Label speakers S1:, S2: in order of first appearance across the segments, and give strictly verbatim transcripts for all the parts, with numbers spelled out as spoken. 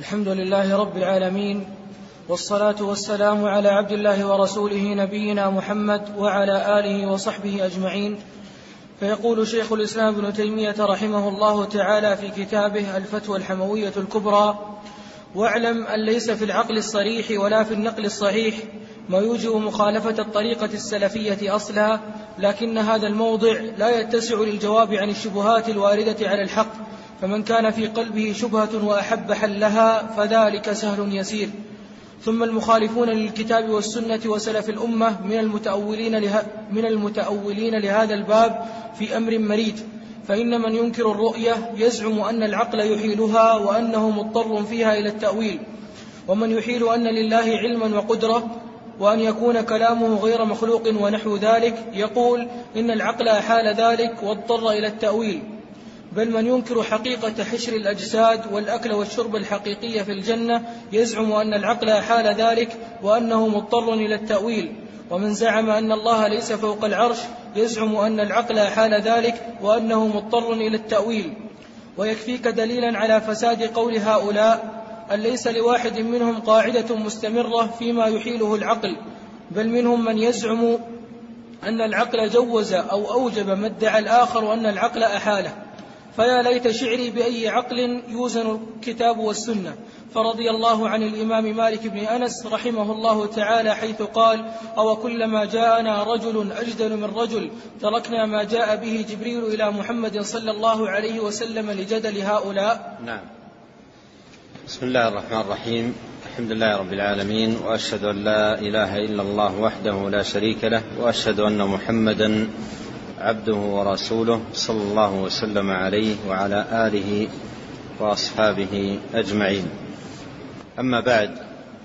S1: الحمد لله رب العالمين، والصلاة والسلام على عبد الله ورسوله نبينا محمد وعلى آله وصحبه أجمعين. فيقول شيخ الإسلام ابن تيمية رحمه الله تعالى في كتابه الفتوى الحموية الكبرى: واعلم أن ليس في العقل الصريح ولا في النقل الصحيح ما يوجب مخالفة الطريقة السلفية أصلا، لكن هذا الموضع لا يتسع للجواب عن الشبهات الواردة على الحق، فمن كان في قلبه شبهة وأحب حلها فذلك سهل يسير. ثم المخالفون للكتاب والسنة وسلف الأمة من المتأولين, له من المتأولين لهذا الباب في أمر مريج، فإن من ينكر الرؤية يزعم أن العقل يحيلها وأنه مضطر فيها إلى التأويل، ومن يحيل أن لله علما وقدرة وأن يكون كلامه غير مخلوق ونحو ذلك يقول إن العقل أحال ذلك واضطر إلى التأويل. بل من ينكر حقيقة حشر الأجساد والأكل والشرب الحقيقية في الجنة يزعم أن العقل أحال ذلك وأنه مضطر إلى التأويل. ومن زعم أن الله ليس فوق العرش يزعم أن العقل أحال ذلك وأنه مضطر إلى التأويل. ويكفيك دليلا على فساد قول هؤلاء أن ليس لواحد منهم قاعدة مستمرة فيما يحيله العقل، بل منهم من يزعم أن العقل جوز أو أوجب ما ادعى الآخر أن العقل أحاله. فيا ليت شعري بأي عقل يوزن الكتاب والسنة. فرضي الله عن الإمام مالك بن أنس رحمه الله تعالى حيث قال: أو كلما جاءنا رجل أجدل من رجل تركنا ما جاء به جبريل إلى محمد صلى الله عليه وسلم لجدل هؤلاء.
S2: نعم. بسم الله الرحمن الرحيم. الحمد لله رب العالمين، وأشهد أن لا إله إلا الله وحده لا شريك له، وأشهد أن محمدا عبده ورسوله صلى الله وسلم عليه وعلى آله وأصحابه أجمعين. أما بعد،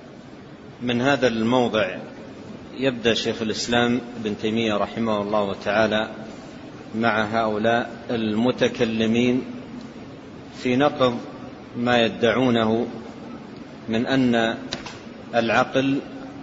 S2: من هذا الموضع يبدأ شيخ الإسلام ابن تيمية رحمه الله تعالى مع هؤلاء المتكلمين في نقض ما يدعونه من أن العقل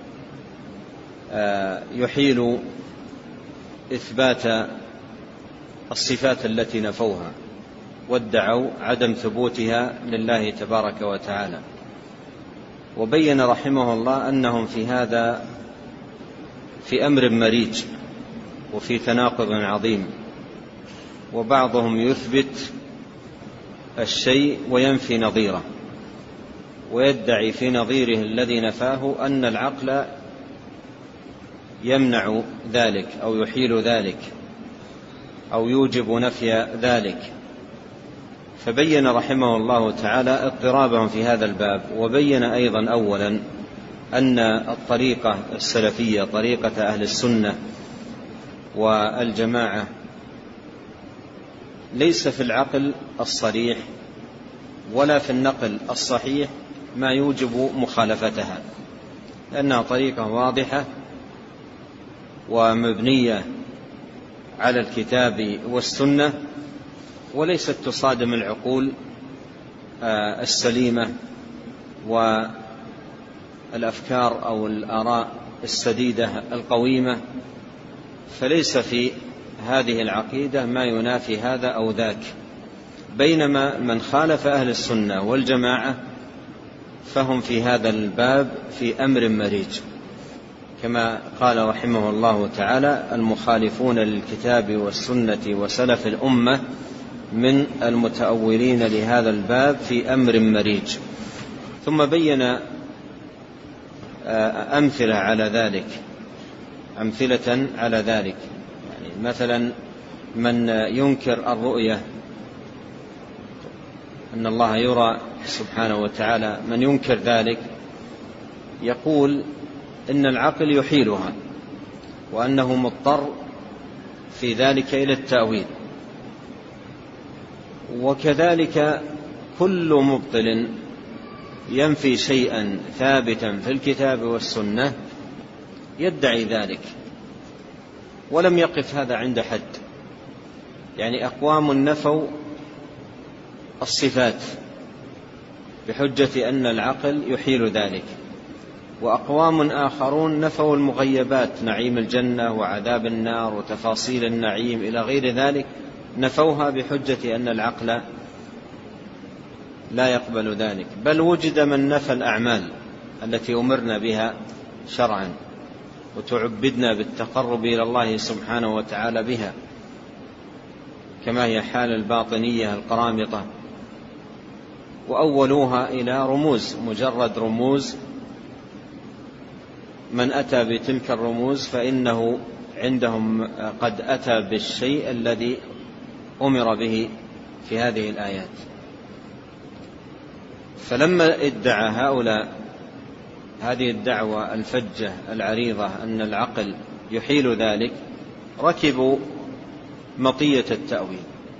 S2: يحيل إثبات الصفات التي نفوها، وادعوا عدم ثبوتها لله تبارك وتعالى. وبين رحمه الله أنهم في هذا في أمر مريج وفي تناقض عظيم، وبعضهم يثبت الشيء وينفي نظيره، ويدعي في نظيره الذي نفاه أن العقل يمنع ذلك أو يحيل ذلك أو يوجب نفي ذلك. فبين رحمه الله تعالى اضطرابهم في هذا الباب، وبين أيضا أولا أن الطريقة السلفية طريقة أهل السنة والجماعة ليس في العقل الصريح ولا في النقل الصحيح ما يوجب مخالفتها، لأنها طريقة واضحة ومبنية على الكتاب والسنة، وليست تصادم العقول السليمة والأفكار أو الآراء السديدة القويمة. فليس في هذه العقيدة ما ينافي هذا أو ذاك، بينما من خالف أهل السنة والجماعة فهم في هذا الباب في أمر مريج، كما قال رحمه الله تعالى: المخالفون للكتاب والسنة وسلف الأمة من المتأولين لهذا الباب في أمر مريج. ثم بين أمثلة على ذلك أمثلة على ذلك يعني مثلا من ينكر الرؤية أن الله يرى سبحانه وتعالى، من ينكر ذلك يقول إن العقل يحيلها وأنه مضطر في ذلك إلى التأويل. وكذلك كل مبطل ينفي شيئا ثابتا في الكتاب والسنة يدعي ذلك، ولم يقف هذا عند حد. يعني أقوام نفوا الصفات بحجة أن العقل يحيل ذلك، وأقوام آخرون نفوا المغيبات، نعيم الجنة وعذاب النار وتفاصيل النعيم إلى غير ذلك، نفوها بحجة أن العقل لا يقبل ذلك، بل وجد من نفى الأعمال التي أمرنا بها شرعا وتعبدنا بالتقرب إلى الله سبحانه وتعالى بها، كما هي حال الباطنية القرامطة، وأولوها إلى رموز، مجرد رموز. من أتى بتلك الرموز فإنه عندهم قد أتى بالشيء الذي أمر به في هذه الآيات. فلما ادعى هؤلاء هذه الدعوة الفجة العريضة أن العقل يحيل ذلك، ركبوا مطية التأويل.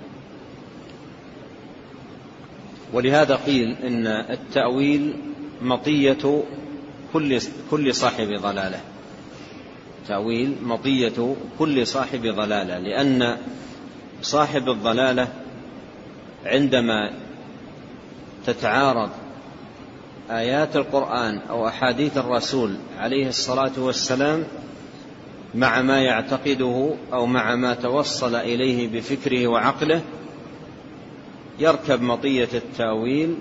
S2: ولهذا قيل إن التأويل مطية كل كل صاحب ضلالة، تأويل مطية كل صاحب ضلالة، لأن صاحب الضلالة عندما تتعارض آيات القرآن أو أحاديث الرسول عليه الصلاة والسلام مع ما يعتقده أو مع ما توصل إليه بفكره وعقله، يركب مطية التأويل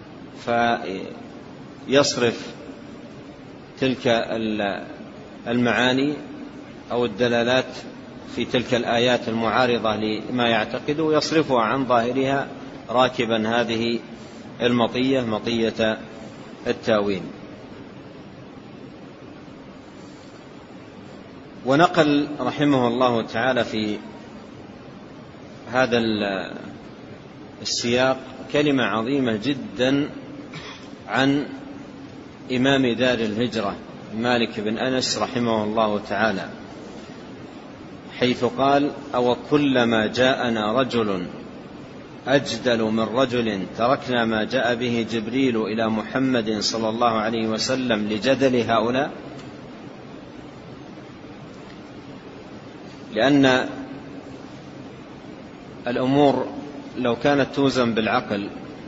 S2: فيصرف تلك المعاني أو الدلالات في تلك الآيات المعارضة لما يعتقده، يصرفها عن ظاهرها راكبا هذه المطية، مطية التأويل. ونقل رحمه الله تعالى في هذا السياق كلمة عظيمة جدا عن إمام دار الهجرة مالك بن أنس رحمه الله تعالى، حيث قال: أو كلما جاءنا رجل أجدل من رجل تركنا ما جاء به جبريل إلى محمد صلى الله عليه وسلم لجدل هؤلاء. لأن الأمور لو كانت توزن بالعقل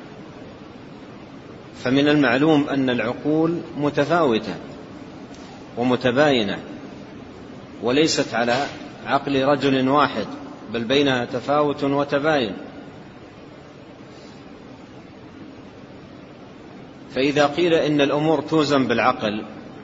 S2: فمن المعلوم أن العقول متفاوتة ومتباينة، وليست على عقل رجل واحد، بل بينها تفاوت وتباين. فإذا قيل إن الأمور توزن بالعقل،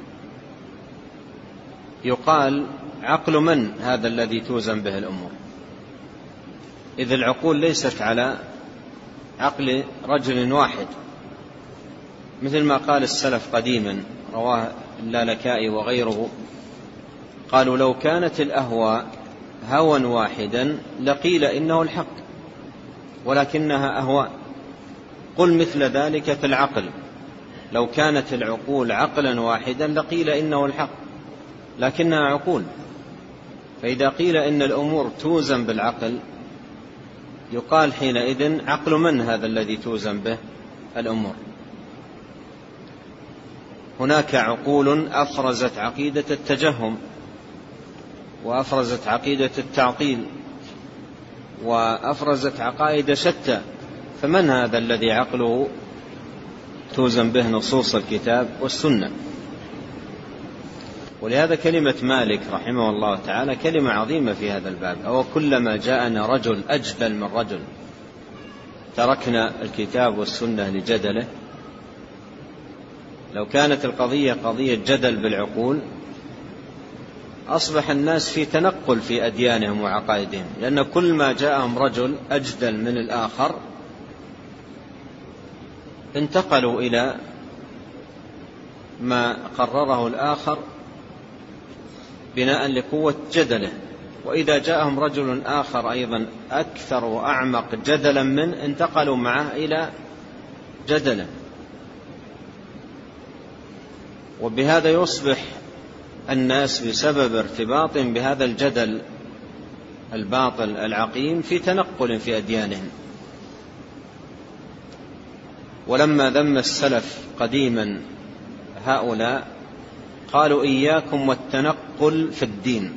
S2: يقال: عقل من هذا الذي توزن به الأمور؟ إذ العقول ليست على عقل رجل واحد، مثل ما قال السلف قديما، رواه اللالكائي وغيره، قالوا: لو كانت الأهواء هوى واحدا لقيل إنه الحق، ولكنها أهواء. قل مثل ذلك في العقل، لو كانت العقول عقلا واحدا لقيل إنه الحق، لكنها عقول. فإذا قيل إن الأمور توزن بالعقل، يقال حينئذ: عقل من هذا الذي توزن به الأمور؟ هناك عقول أفرزت عقيدة التجهم، وأفرزت عقيدة التعطيل، وأفرزت عقائد شتى، فمن هذا الذي عقله توزن به نصوص الكتاب والسنة؟ ولهذا كلمة مالك رحمه الله تعالى كلمة عظيمة في هذا الباب: أو كلما جاءنا رجل أجدل من رجل تركنا الكتاب والسنة لجدله. لو كانت القضية قضية جدل بالعقول أصبح الناس في تنقل في أديانهم وعقائدهم، لأن كل ما جاءهم رجل أجدل من الآخر انتقلوا إلى ما قرره الآخر بناء لقوة جدله، وإذا جاءهم رجل آخر أيضا أكثر وأعمق جدلا من انتقلوا معه إلى جدله. وبهذا يصبح الناس بسبب ارتباط بهذا الجدل الباطل العقيم في تنقل في أديانهم. ولما ذم السلف قديما هؤلاء قالوا: إياكم والتنقل في الدين.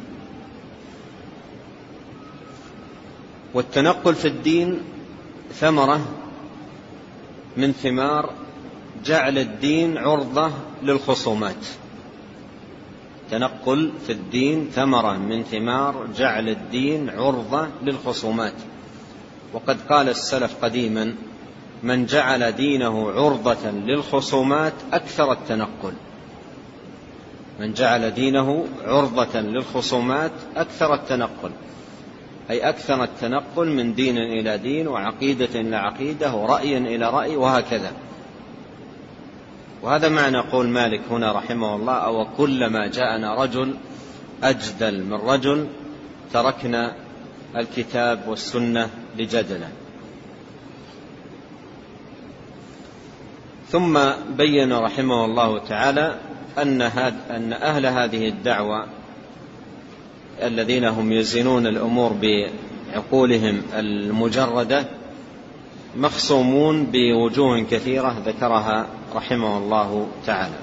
S2: والتنقل في الدين ثمرة من ثمار جعل الدين عرضة للخصومات. تنقل في الدين ثمرة من ثمار جعل الدين عرضة للخصومات. وقد قال السلف قديما: من جعل دينه عرضة للخصومات أكثر التنقل من جعل دينه عرضة للخصومات أكثر التنقل أي أكثر التنقل من دين إلى دين وعقيدة إلى عقيدة ورأي إلى رأي وهكذا. وهذا معنى قول مالك هنا رحمه الله: أو كلما جاءنا رجل أجدل من رجل تركنا الكتاب والسنة لجدله. ثم بين رحمه الله تعالى أن, أن أهل هذه الدعوة الذين هم يزنون الأمور بعقولهم المجردة مخصومون بوجوه كثيرة ذكرها رحمه الله تعالى.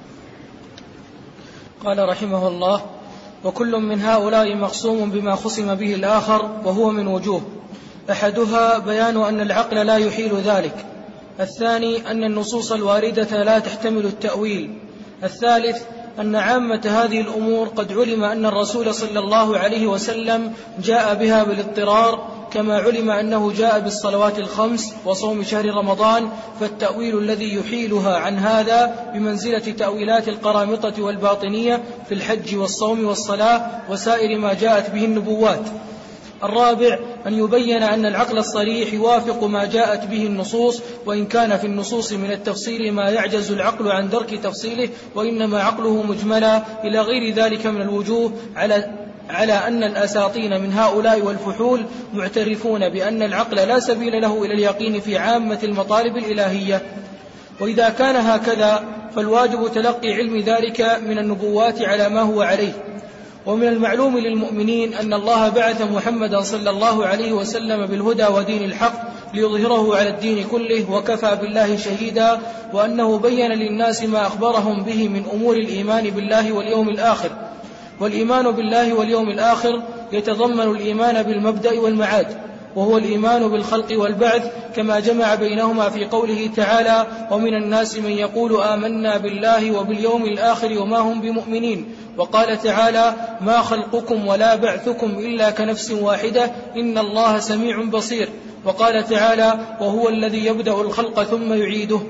S1: قال رحمه الله: وكل من هؤلاء مخصوم بما خصم به الآخر، وهو من وجوه: أحدها بيان أن العقل لا يحيل ذلك، الثاني أن النصوص الواردة لا تحتمل التأويل، الثالث أن عامة هذه الأمور قد علم أن الرسول صلى الله عليه وسلم جاء بها بالاضطرار، كما علم أنه جاء بالصلوات الخمس وصوم شهر رمضان، فالتأويل الذي يحيلها عن هذا بمنزلة تأويلات القرامطة والباطنية في الحج والصوم والصلاة وسائر ما جاءت به النبوات. الرابع أن يبين أن العقل الصريح يوافق ما جاءت به النصوص، وإن كان في النصوص من التفصيل ما يعجز العقل عن درك تفصيله، وإنما عقله مجملا إلى غير ذلك من الوجوه، على على أن الأساطين من هؤلاء والفحول معترفون بأن العقل لا سبيل له إلى اليقين في عامة المطالب الإلهية. وإذا كان هكذا فالواجب تلقي علم ذلك من النبوات على ما هو عليه. ومن المعلوم للمؤمنين أن الله بعث محمدا صلى الله عليه وسلم بالهدى ودين الحق ليظهره على الدين كله، وكفى بالله شهيدا، وأنه بين للناس ما أخبرهم به من أمور الإيمان بالله واليوم الآخر. والإيمان بالله واليوم الآخر يتضمن الإيمان بالمبدأ والمعاد، وهو الإيمان بالخلق والبعث، كما جمع بينهما في قوله تعالى: ومن الناس من يقول آمنا بالله وباليوم الآخر وما هم بمؤمنين. وقال تعالى: ما خلقكم ولا بعثكم إلا كنفس واحدة إن الله سميع بصير. وقال تعالى: وهو الذي يبدأ الخلق ثم يعيده.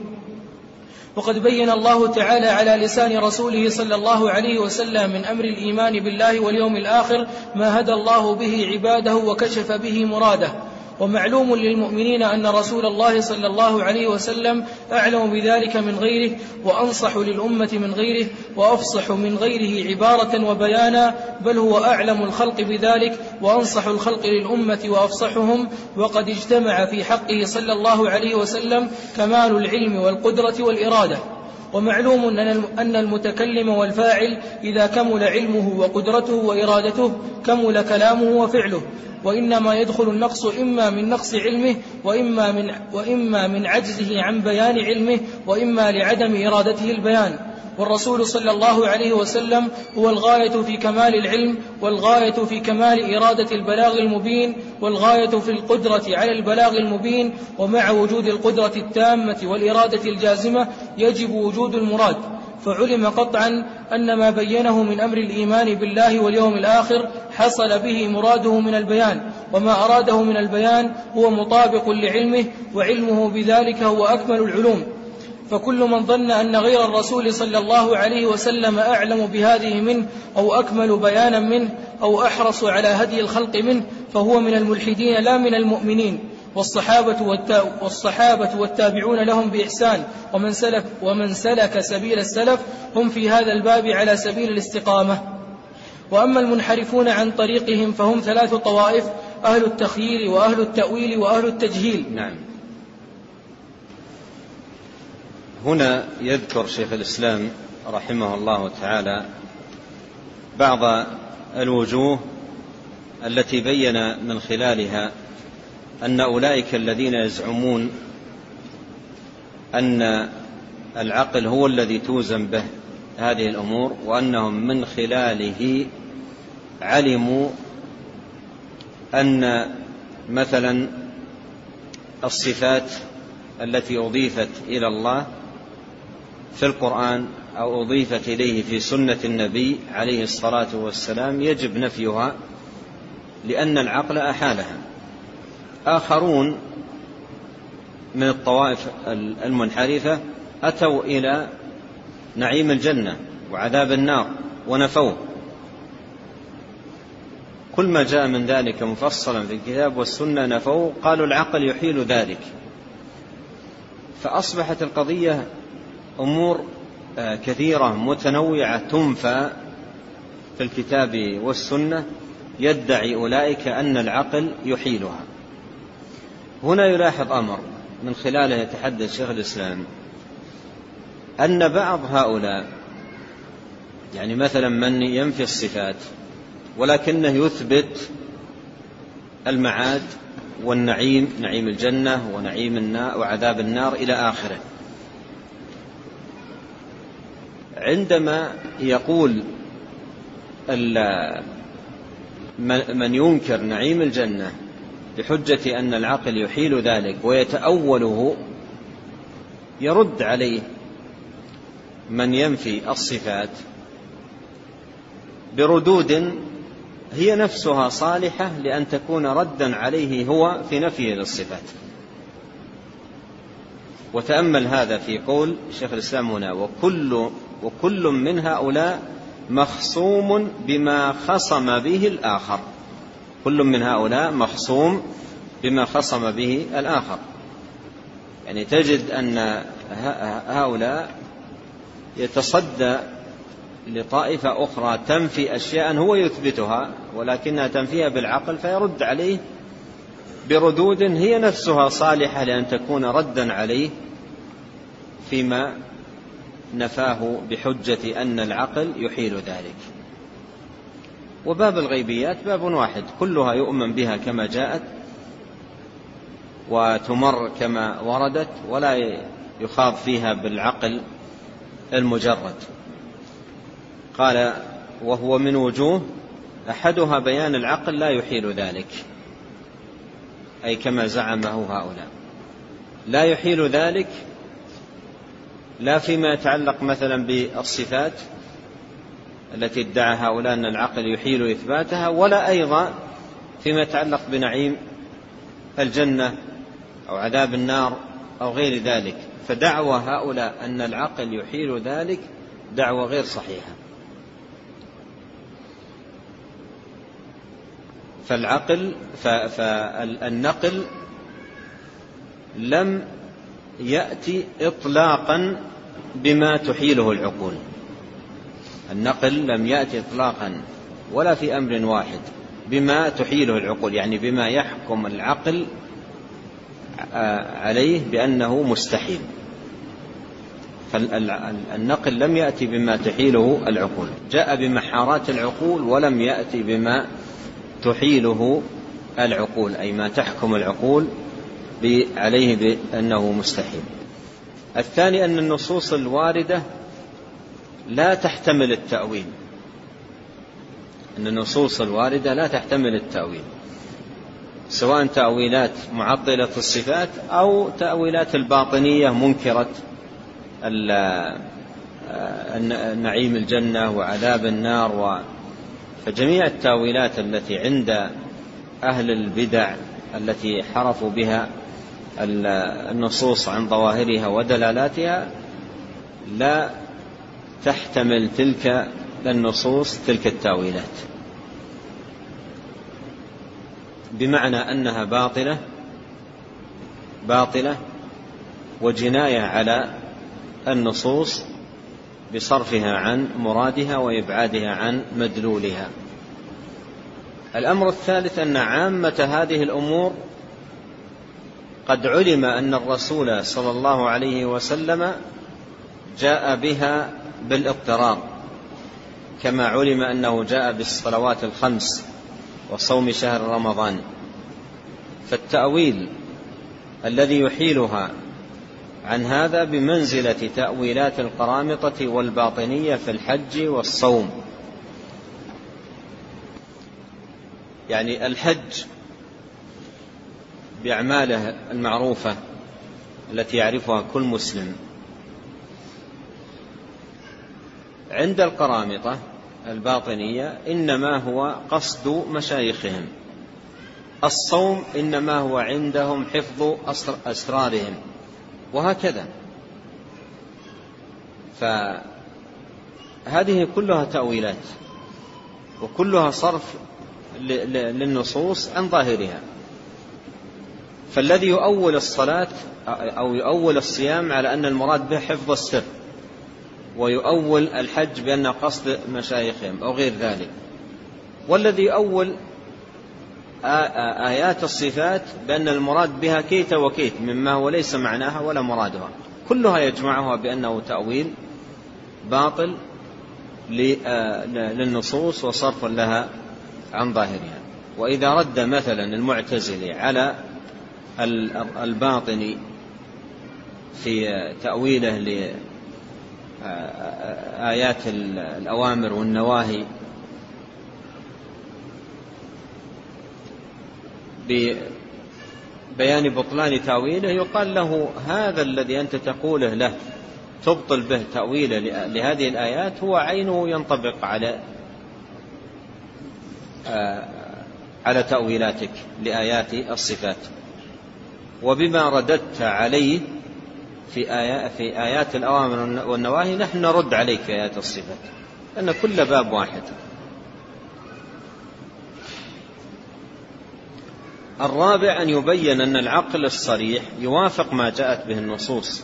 S1: وقد بين الله تعالى على لسان رسوله صلى الله عليه وسلم من أمر الإيمان بالله واليوم الآخر ما هدى الله به عباده وكشف به مراده. ومعلوم للمؤمنين أن رسول الله صلى الله عليه وسلم أعلم بذلك من غيره، وأنصح للأمة من غيره، وأفصح من غيره عبارة وبيانا، بل هو أعلم الخلق بذلك وأنصح الخلق للأمة وأفصحهم. وقد اجتمع في حقه صلى الله عليه وسلم كمال العلم والقدرة والإرادة. ومعلوم أن المتكلم والفاعل إذا كمل علمه وقدرته وإرادته كمل كلامه وفعله، وإنما يدخل النقص إما من نقص علمه وإما من, وإما من عجزه عن بيان علمه، وإما لعدم إرادته البيان. والرسول صلى الله عليه وسلم هو الغاية في كمال العلم، والغاية في كمال إرادة البلاغ المبين، والغاية في القدرة على البلاغ المبين. ومع وجود القدرة التامة والإرادة الجازمة يجب وجود المراد، فعلم قطعا أن ما بينه من أمر الإيمان بالله واليوم الآخر حصل به مراده من البيان، وما أراده من البيان هو مطابق لعلمه، وعلمه بذلك هو أكمل العلوم. فكل من ظن أن غير الرسول صلى الله عليه وسلم أعلم بهذه منه أو أكمل بيانا منه أو أحرص على هدي الخلق منه فهو من الملحدين لا من المؤمنين. والصحابة, والتا... والصحابة والتابعون لهم بإحسان ومن سلك, ومن سلك سبيل السلف هم في هذا الباب على سبيل الاستقامة. وأما المنحرفون عن طريقهم فهم ثلاث طوائف: أهل التخيير وأهل التأويل وأهل التجهيل.
S2: نعم. هنا يذكر شيخ الإسلام رحمه الله تعالى بعض الوجوه التي بين من خلالها أن أولئك الذين يزعمون أن العقل هو الذي توزن به هذه الأمور، وأنهم من خلاله علموا أن مثلا الصفات التي أضيفت إلى الله في القرآن أو أضيفت إليه في سنة النبي عليه الصلاة والسلام يجب نفيها لأن العقل أحالها. آخرون من الطوائف المنحرفة أتوا إلى نعيم الجنة وعذاب النار ونفوه. كل ما جاء من ذلك مفصلا في الكتاب والسنة نفوه، قالوا العقل يحيل ذلك. فأصبحت القضية أمور كثيرة متنوعة تنفى في الكتاب والسنة، يدعي أولئك أن العقل يحيلها. هنا يلاحظ أمر من خلاله يتحدث شيخ الإسلام، أن بعض هؤلاء يعني مثلا من ينفي الصفات ولكنه يثبت المعاد والنعيم، نعيم الجنة ونعيم النار وعذاب النار إلى آخره، عندما يقول من ينكر نعيم الجنة بحجة أن العقل يحيل ذلك ويتأوله، يرد عليه من ينفي الصفات بردود هي نفسها صالحة لأن تكون ردا عليه هو في نفيه للصفات. وتأمل هذا في قول شيخ الإسلام هنا: وكل, وكل من هؤلاء مخصوم بما خصم به الآخر. كل من هؤلاء مخصوم بما خصم به الآخر. يعني تجد أن هؤلاء يتصدى لطائفة أخرى تنفي أشياء هو يثبتها ولكنها تنفيها بالعقل، فيرد عليه بردود هي نفسها صالحة لأن تكون ردا عليه فيما نفاه بحجة أن العقل يحيل ذلك. وباب الغيبيات باب واحد، كلها يؤمن بها كما جاءت وتمر كما وردت، ولا يخاض فيها بالعقل المجرد. قال: وهو من وجوه، أحدها بيان العقل لا يحيل ذلك، أي كما زعمه هؤلاء لا يحيل ذلك، لا فيما يتعلق مثلا بالصفات التي ادعى هؤلاء أن العقل يحيل إثباتها، ولا أيضا فيما يتعلق بنعيم الجنة أو عذاب النار أو غير ذلك. فدعوى هؤلاء أن العقل يحيل ذلك دعوة غير صحيحة. فالعقل فالنقل لم يأتي إطلاقا بما تحيله العقول. النقل لم يأتي إطلاقا ولا في أمر واحد بما تحيله العقول، يعني بما يحكم العقل عليه بأنه مستحيل. فالنقل لم يأتي بما تحيله العقول، جاء بمحارات العقول ولم يأتي بما تحيله العقول، أي ما تحكم العقول عليه بأنه مستحيل. الثاني أن النصوص الواردة لا تحتمل التأويل، أن النصوص الواردة لا تحتمل التأويل، سواء تأويلات معطلة الصفات أو تأويلات الباطنية منكرة نعيم الجنة وعذاب النار. فجميع التأويلات التي عند أهل البدع التي حرفوا بها النصوص عن ظواهرها ودلالاتها لا تحتمل تلك النصوص تلك التأويلات، بمعنى أنها باطلة باطلة وجناية على النصوص بصرفها عن مرادها وإبعادها عن مدلولها. الأمر الثالث أن عامة هذه الأمور قد علم أن الرسول صلى الله عليه وسلم جاء بها بالاضطرار، كما علم أنه جاء بالصلوات الخمس وصوم شهر رمضان. فالتأويل الذي يحيلها عن هذا بمنزلة تأويلات القرامطة والباطنية في الحج والصوم. يعني الحج بأعماله المعروفة التي يعرفها كل مسلم، عند القرامطة الباطنية إنما هو قصد مشايخهم، الصوم إنما هو عندهم حفظ أسرارهم، وهكذا. فهذه كلها تأويلات وكلها صرف للنصوص عن ظاهرها. فالذي يؤول الصلاة أو يؤول الصيام على أن المراد به حفظ السر، ويؤول الحج بأن قصد مشايخهم أو غير ذلك، والذي يؤول آيات الصفات بأن المراد بها كيت وكيت مما هو ليس معناها ولا مرادها، كلها يجمعها بأنه تأويل باطل للنصوص وصرف لها عن ظاهرها. وإذا رد مثلا المعتزلي على الباطني في تأويله لآيات الأوامر والنواهي ببيان بطلان تأويله، يقال له هذا الذي أنت تقوله له تبطل به تأويله لهذه الآيات هو عينه ينطبق على على تأويلاتك لآيات الصفات. وبما رددت عليه في آيات, في آيات الأوامر والنواهي نحن نرد عليك في آيات الصفات، لأن كل باب واحد. الرابع أن يبين أن العقل الصريح يوافق ما جاءت به النصوص،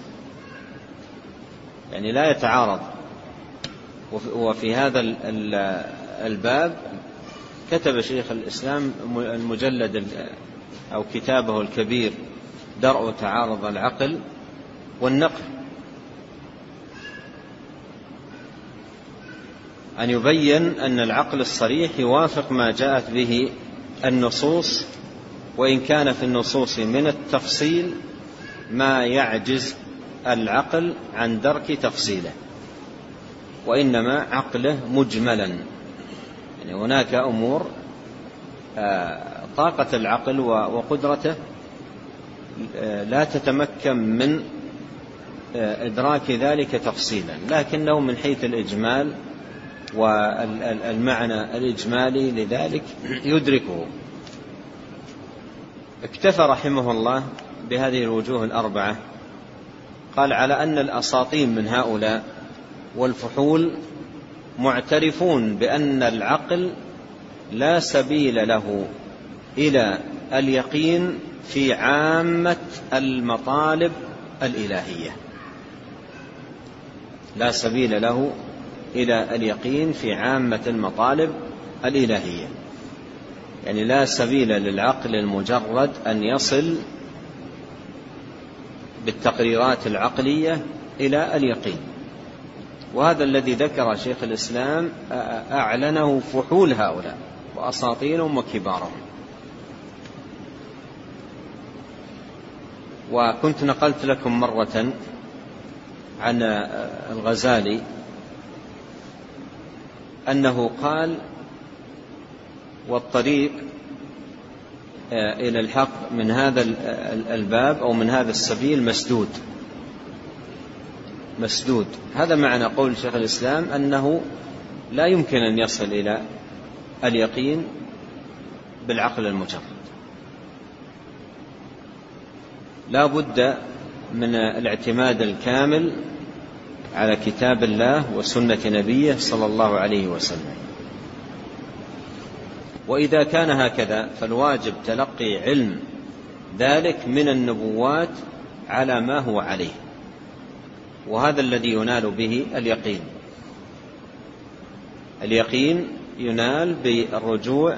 S2: يعني لا يتعارض. وفي هذا الباب كتب شيخ الإسلام المجلد أو كتابه الكبير درء تعارض العقل والنقل، أن يبين أن العقل الصريح يوافق ما جاءت به النصوص، وإن كان في النصوص من التفصيل ما يعجز العقل عن درك تفصيله، وإنما عقله مجملا. يعني هناك أمور طاقة العقل وقدرته لا تتمكن من إدراك ذلك تفصيلا، لكنه من حيث الإجمال والمعنى الإجمالي لذلك يدركه. اكتفى رحمه الله بهذه الوجوه الأربعة. قال على أن الأساطين من هؤلاء والفحول معترفون بأن العقل لا سبيل له إلى اليقين في عامة المطالب الإلهية، لا سبيل له إلى اليقين في عامة المطالب الإلهية، يعني لا سبيل للعقل المجرد أن يصل بالتقريرات العقلية إلى اليقين. وهذا الذي ذكر شيخ الإسلام أعلنه فحول هؤلاء وأساطينهم وكبارهم. وكنت نقلت لكم مرة عن الغزالي أنه قال والطريق إلى الحق من هذا الباب أو من هذا السبيل مسدود مسدود. هذا معنى قول شيخ الإسلام أنه لا يمكن أن يصل إلى اليقين بالعقل المجرد، لا بد من الاعتماد الكامل على كتاب الله وسنة نبيه صلى الله عليه وسلم. وإذا كان هكذا فالواجب تلقي علم ذلك من النبوات على ما هو عليه، وهذا الذي ينال به اليقين. اليقين ينال بالرجوع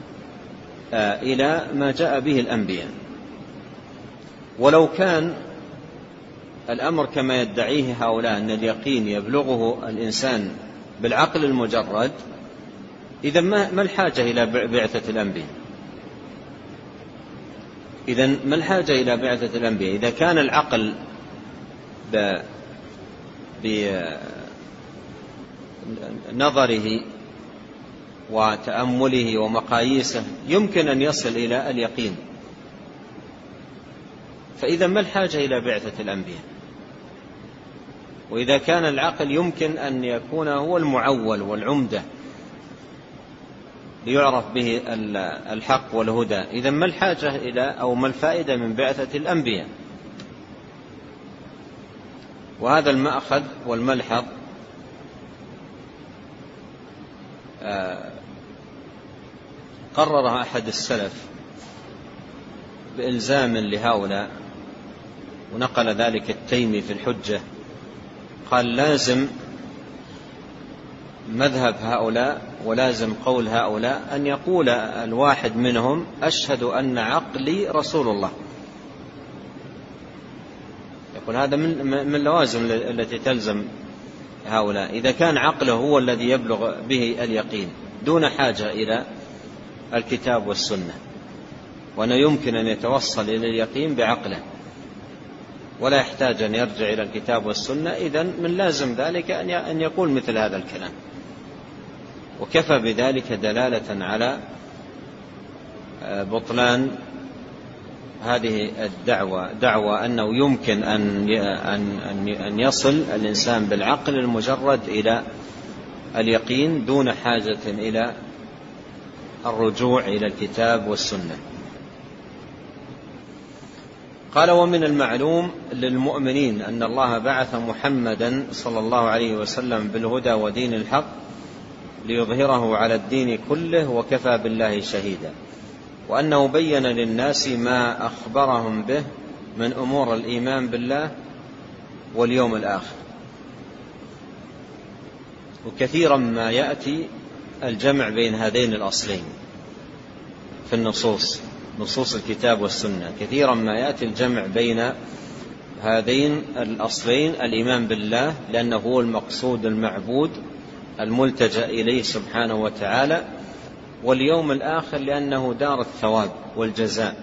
S2: إلى ما جاء به الأنبياء. ولو كان الأمر كما يدعيه هؤلاء أن اليقين يبلغه الإنسان بالعقل المجرد، إذا ما الحاجة إلى بعثة الأنبياء؟ إذا ما الحاجة إلى بعثة الأنبياء إذا كان العقل بنظره وتأمله ومقاييسه يمكن أن يصل إلى اليقين؟ فإذا ما الحاجة إلى بعثة الأنبياء؟ وإذا كان العقل يمكن أن يكون هو المعول والعمدة ليعرف به الحق والهدى. إذن ما الحاجة إلى أو ما الفائدة من بعثة الأنبياء؟ وهذا المأخذ والملحظ قرر أحد السلف بإلزام لهؤلاء، ونقل ذلك التيمي في الحجة، قال لازم مذهب هؤلاء ولازم قول هؤلاء أن يقول الواحد منهم أشهد أن عقلي رسول الله. يقول هذا من من لوازم التي تلزم هؤلاء، إذا كان عقله هو الذي يبلغ به اليقين دون حاجة إلى الكتاب والسنة، وأنه يمكن أن يتوصل إلى اليقين بعقله ولا يحتاج أن يرجع إلى الكتاب والسنة، إذن من لازم ذلك أن يقول مثل هذا الكلام. وكفى بذلك دلالة على بطلان هذه الدعوة، دعوة أنه يمكن أن يصل الإنسان بالعقل المجرد إلى اليقين دون حاجة إلى الرجوع إلى الكتاب والسنة. قال ومن المعلوم للمؤمنين أن الله بعث محمدا صلى الله عليه وسلم بالهدى ودين الحق ليظهره على الدين كله وكفى بالله شهيدا، وأنه بين للناس ما أخبرهم به من أمور الإيمان بالله واليوم الآخر. وكثيرا ما يأتي الجمع بين هذين الأصلين في النصوص، نصوص الكتاب والسنة، كثيرا ما يأتي الجمع بين هذين الأصلين، الإيمان بالله لأنه هو المقصود المعبود الملتجأ إليه سبحانه وتعالى، واليوم الآخر لأنه دار الثواب والجزاء.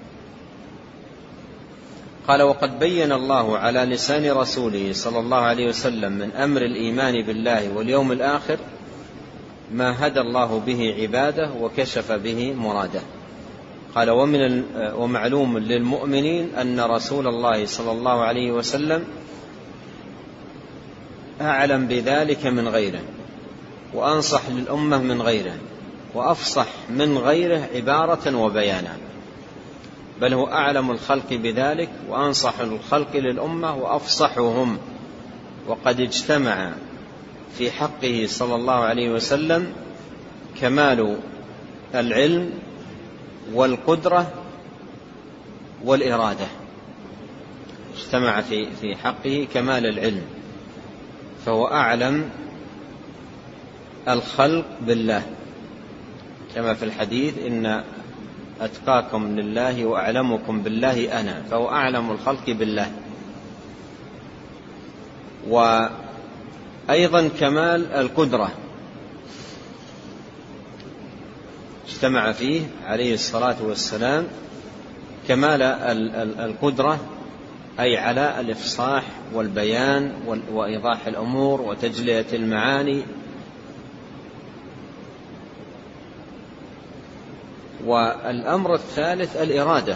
S2: قال وقد بين الله على لسان رسوله صلى الله عليه وسلم من أمر الإيمان بالله واليوم الآخر ما هدى الله به عباده وكشف به مراده. قال ومن ومعلوم للمؤمنين أن رسول الله صلى الله عليه وسلم أعلم بذلك من غيره، وأنصح للأمة من غيره، وأفصح من غيره عبارة وبيانا، بل هو أعلم الخلق بذلك وأنصح الخلق للأمة وأفصحهم. وقد اجتمع في حقه صلى الله عليه وسلم كمال العلم والقدرة والإرادة، اجتمع في في حقه كمال العلم، فهو أعلم الخلق بالله كما في الحديث إن أتقاكم لله وأعلمكم بالله أنا، فهو أعلم الخلق بالله. وأيضا كمال القدرة اجتمع فيه عليه الصلاة والسلام كمال القدرة، أي على الإفصاح والبيان وإيضاح الأمور وتجلية المعاني. والأمر الثالث الإرادة،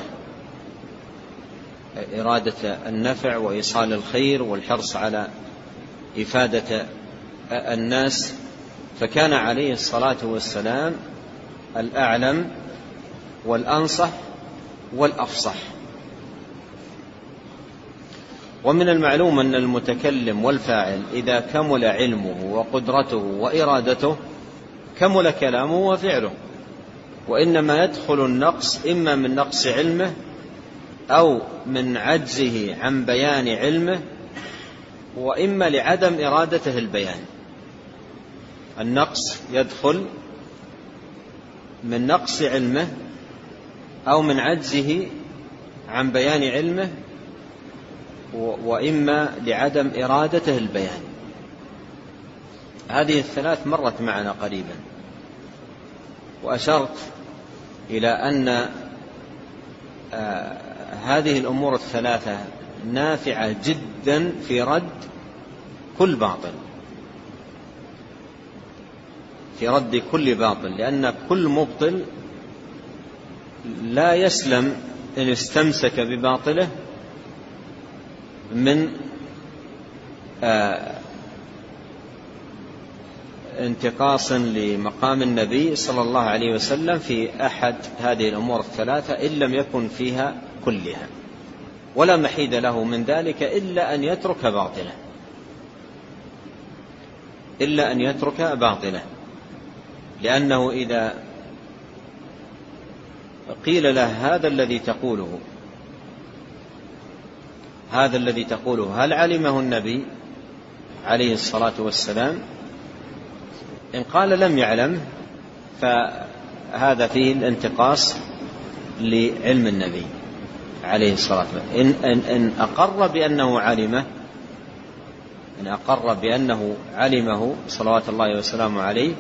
S2: إرادة النفع وإيصال الخير والحرص على إفادة الناس، فكان عليه الصلاة والسلام الأعلم والأنصح والأفصح. ومن المعلوم أن المتكلم والفاعل إذا كمل علمه وقدرته وإرادته كمل كلامه وفعله، وإنما يدخل النقص إما من نقص علمه أو من عجزه عن بيان علمه، وإما لعدم إرادته البيان. النقص يدخل من نقص علمه أو من عجزه عن بيان علمه، وإما لعدم إرادته البيان. هذه الثلاث مرت معنا قريبا، وأشرت إلى أن آه هذه الأمور الثلاثة نافعة جدا في رد كل باطل، في رد كل باطل، لأن كل مبطل لا يسلم إن استمسك بباطله من آه انتقاص لمقام النبي صلى الله عليه وسلم في أحد هذه الأمور الثلاثة إن لم يكن فيها كلها، ولا محيد له من ذلك إلا أن يترك باطله، إلا أن يترك باطله، لأنه إذا قيل له هذا الذي تقوله هذا الذي تقوله هل علمه النبي عليه الصلاة والسلام؟ إن قال لم يعلم فهذا فيه الانتقاص لعلم النبي عليه الصلاة والسلام. إن, إن, إن أقر بأنه علمه إن أقر بأنه علمه صلوات الله وسلامه عليه،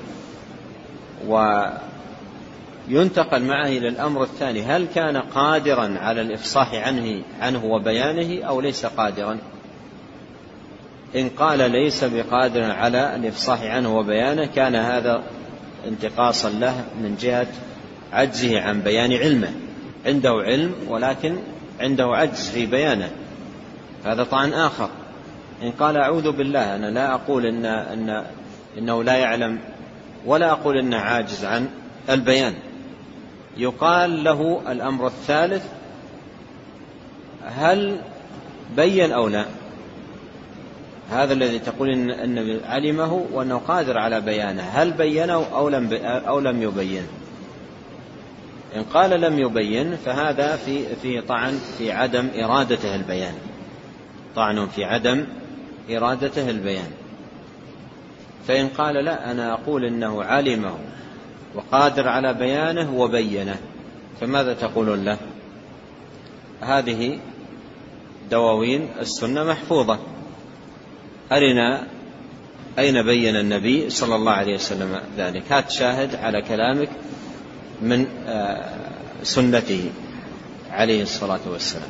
S2: وينتقل معه إلى الأمر الثاني، هل كان قادرا على الإفصاح عنه, عنه وبيانه أو ليس قادرا؟ إن قال ليس بقادر على الإفصاح عنه وبيانه كان هذا انتقاصا له من جهة عجزه عن بيان علمه، عنده علم ولكن عنده عجز في بيانه، هذا طعن آخر. إن قال أعوذ بالله أنا لا أقول إن إن إنه لا يعلم ولا أقول إنه عاجز عن البيان، يقال له الأمر الثالث هل بين أو لا؟ هذا الذي تقول إن النبي علمه وأنه قادر على بيانه هل بينه أو لم أو لم يبين؟ إن قال لم يبين فهذا في في طعن في عدم إرادته البيان، طعن في عدم إرادته البيان. فإن قال لا أنا أقول إنه علمه وقادر على بيانه وبينه فماذا تقولون له؟ هذه دواوين السنة محفوظة، أرنا أين بين النبي صلى الله عليه وسلم ذلك، هات شاهد على كلامك من سنته عليه الصلاة والسلام.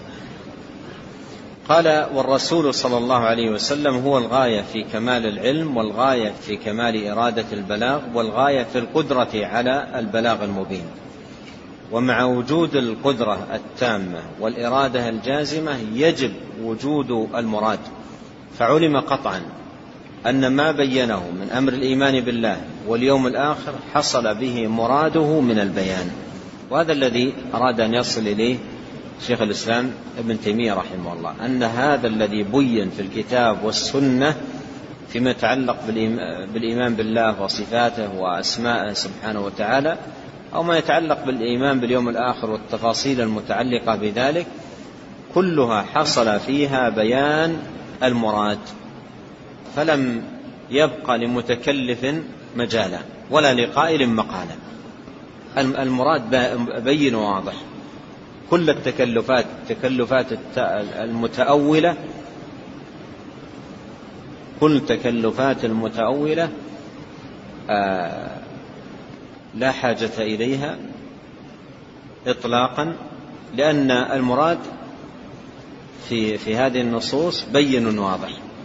S2: قال والرسول صلى الله عليه وسلم هو الغاية في كمال العلم، والغاية في كمال إرادة البلاغ، والغاية في القدرة على البلاغ المبين. ومع وجود القدرة التامة والإرادة الجازمة يجب وجود المراد، فعلم قطعا أن ما بينه من أمر الإيمان بالله واليوم الآخر حصل به مراده من البيان، وهذا الذي أراد أن يصل إليه شيخ الإسلام ابن تيمية رحمه الله، أن هذا الذي بين في الكتاب والسنة فيما يتعلق بالإيمان بالله وصفاته وأسماءه سبحانه وتعالى، أو ما يتعلق بالإيمان باليوم الآخر والتفاصيل المتعلقة بذلك، كلها حصل فيها بيان المراد، فلم يبقى لمتكلف مجالا ولا لقائل مقالا. المراد بين واضح. كل التكلفات تكلفات المتأولة كل تكلفات المتأولة آه لا حاجة إليها إطلاقا، لأن المراد في في هذه النصوص بين واضح،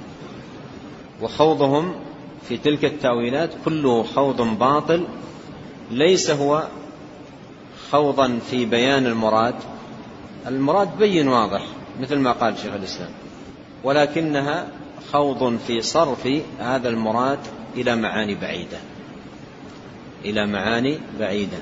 S2: وخوضهم في تلك التأويلات كله خوض باطل، ليس هو خوضا في بيان المراد، المراد بين واضح مثل ما قال شيخ الإسلام، ولكنها خوض في صرف هذا المراد إلى معاني بعيدة إلى معاني بعيدة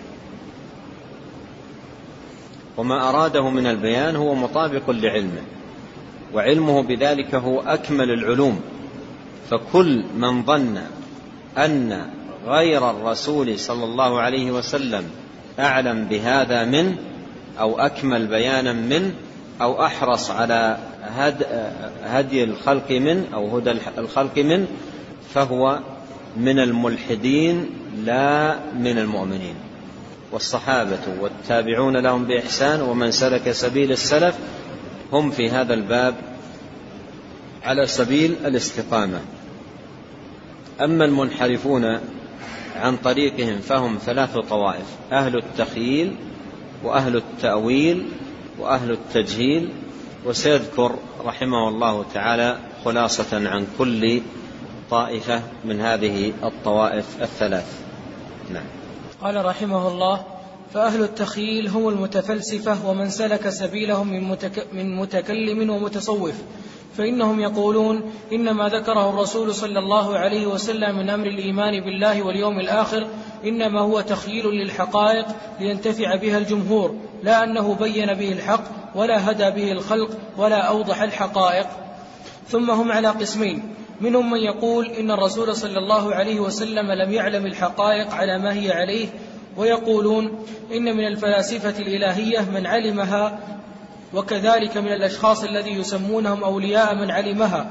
S2: وما أراده من البيان هو مطابق لعلمه، وعلمه بذلك هو أكمل العلوم. فكل من ظن أن غير الرسول صلى الله عليه وسلم أعلم بهذا منه أو أكمل بيانا منه أو أحرص على هدي الخلق منه أو هدى الخلق منه فهو من الملحدين لا من المؤمنين. والصحابة والتابعون لهم بإحسان ومن سلك سبيل السلف هم في هذا الباب على سبيل الاستقامة. أما المنحرفون عن طريقهم فهم ثلاث طوائف: أهل التخييل وأهل التأويل وأهل التجهيل، وسيذكر رحمه الله تعالى خلاصة عن كل طائفة من هذه الطوائف الثلاث. نعم.
S1: قال رحمه الله: فأهل التخييل هم المتفلسفة ومن سلك سبيلهم من, متك من متكلم ومتصوف، فإنهم يقولون إنما ذكره الرسول صلى الله عليه وسلم من أمر الإيمان بالله واليوم الآخر إنما هو تخييل للحقائق لينتفع بها الجمهور، لا أنه بين به الحق ولا هدى به الخلق ولا أوضح الحقائق. ثم هم على قسمين: منهم من يقول إن الرسول صلى الله عليه وسلم لم يعلم الحقائق على ما هي عليه، ويقولون إن من الفلاسفة الإلهية من علمها، وكذلك من الأشخاص الذي يسمونهم أولياء من علمها،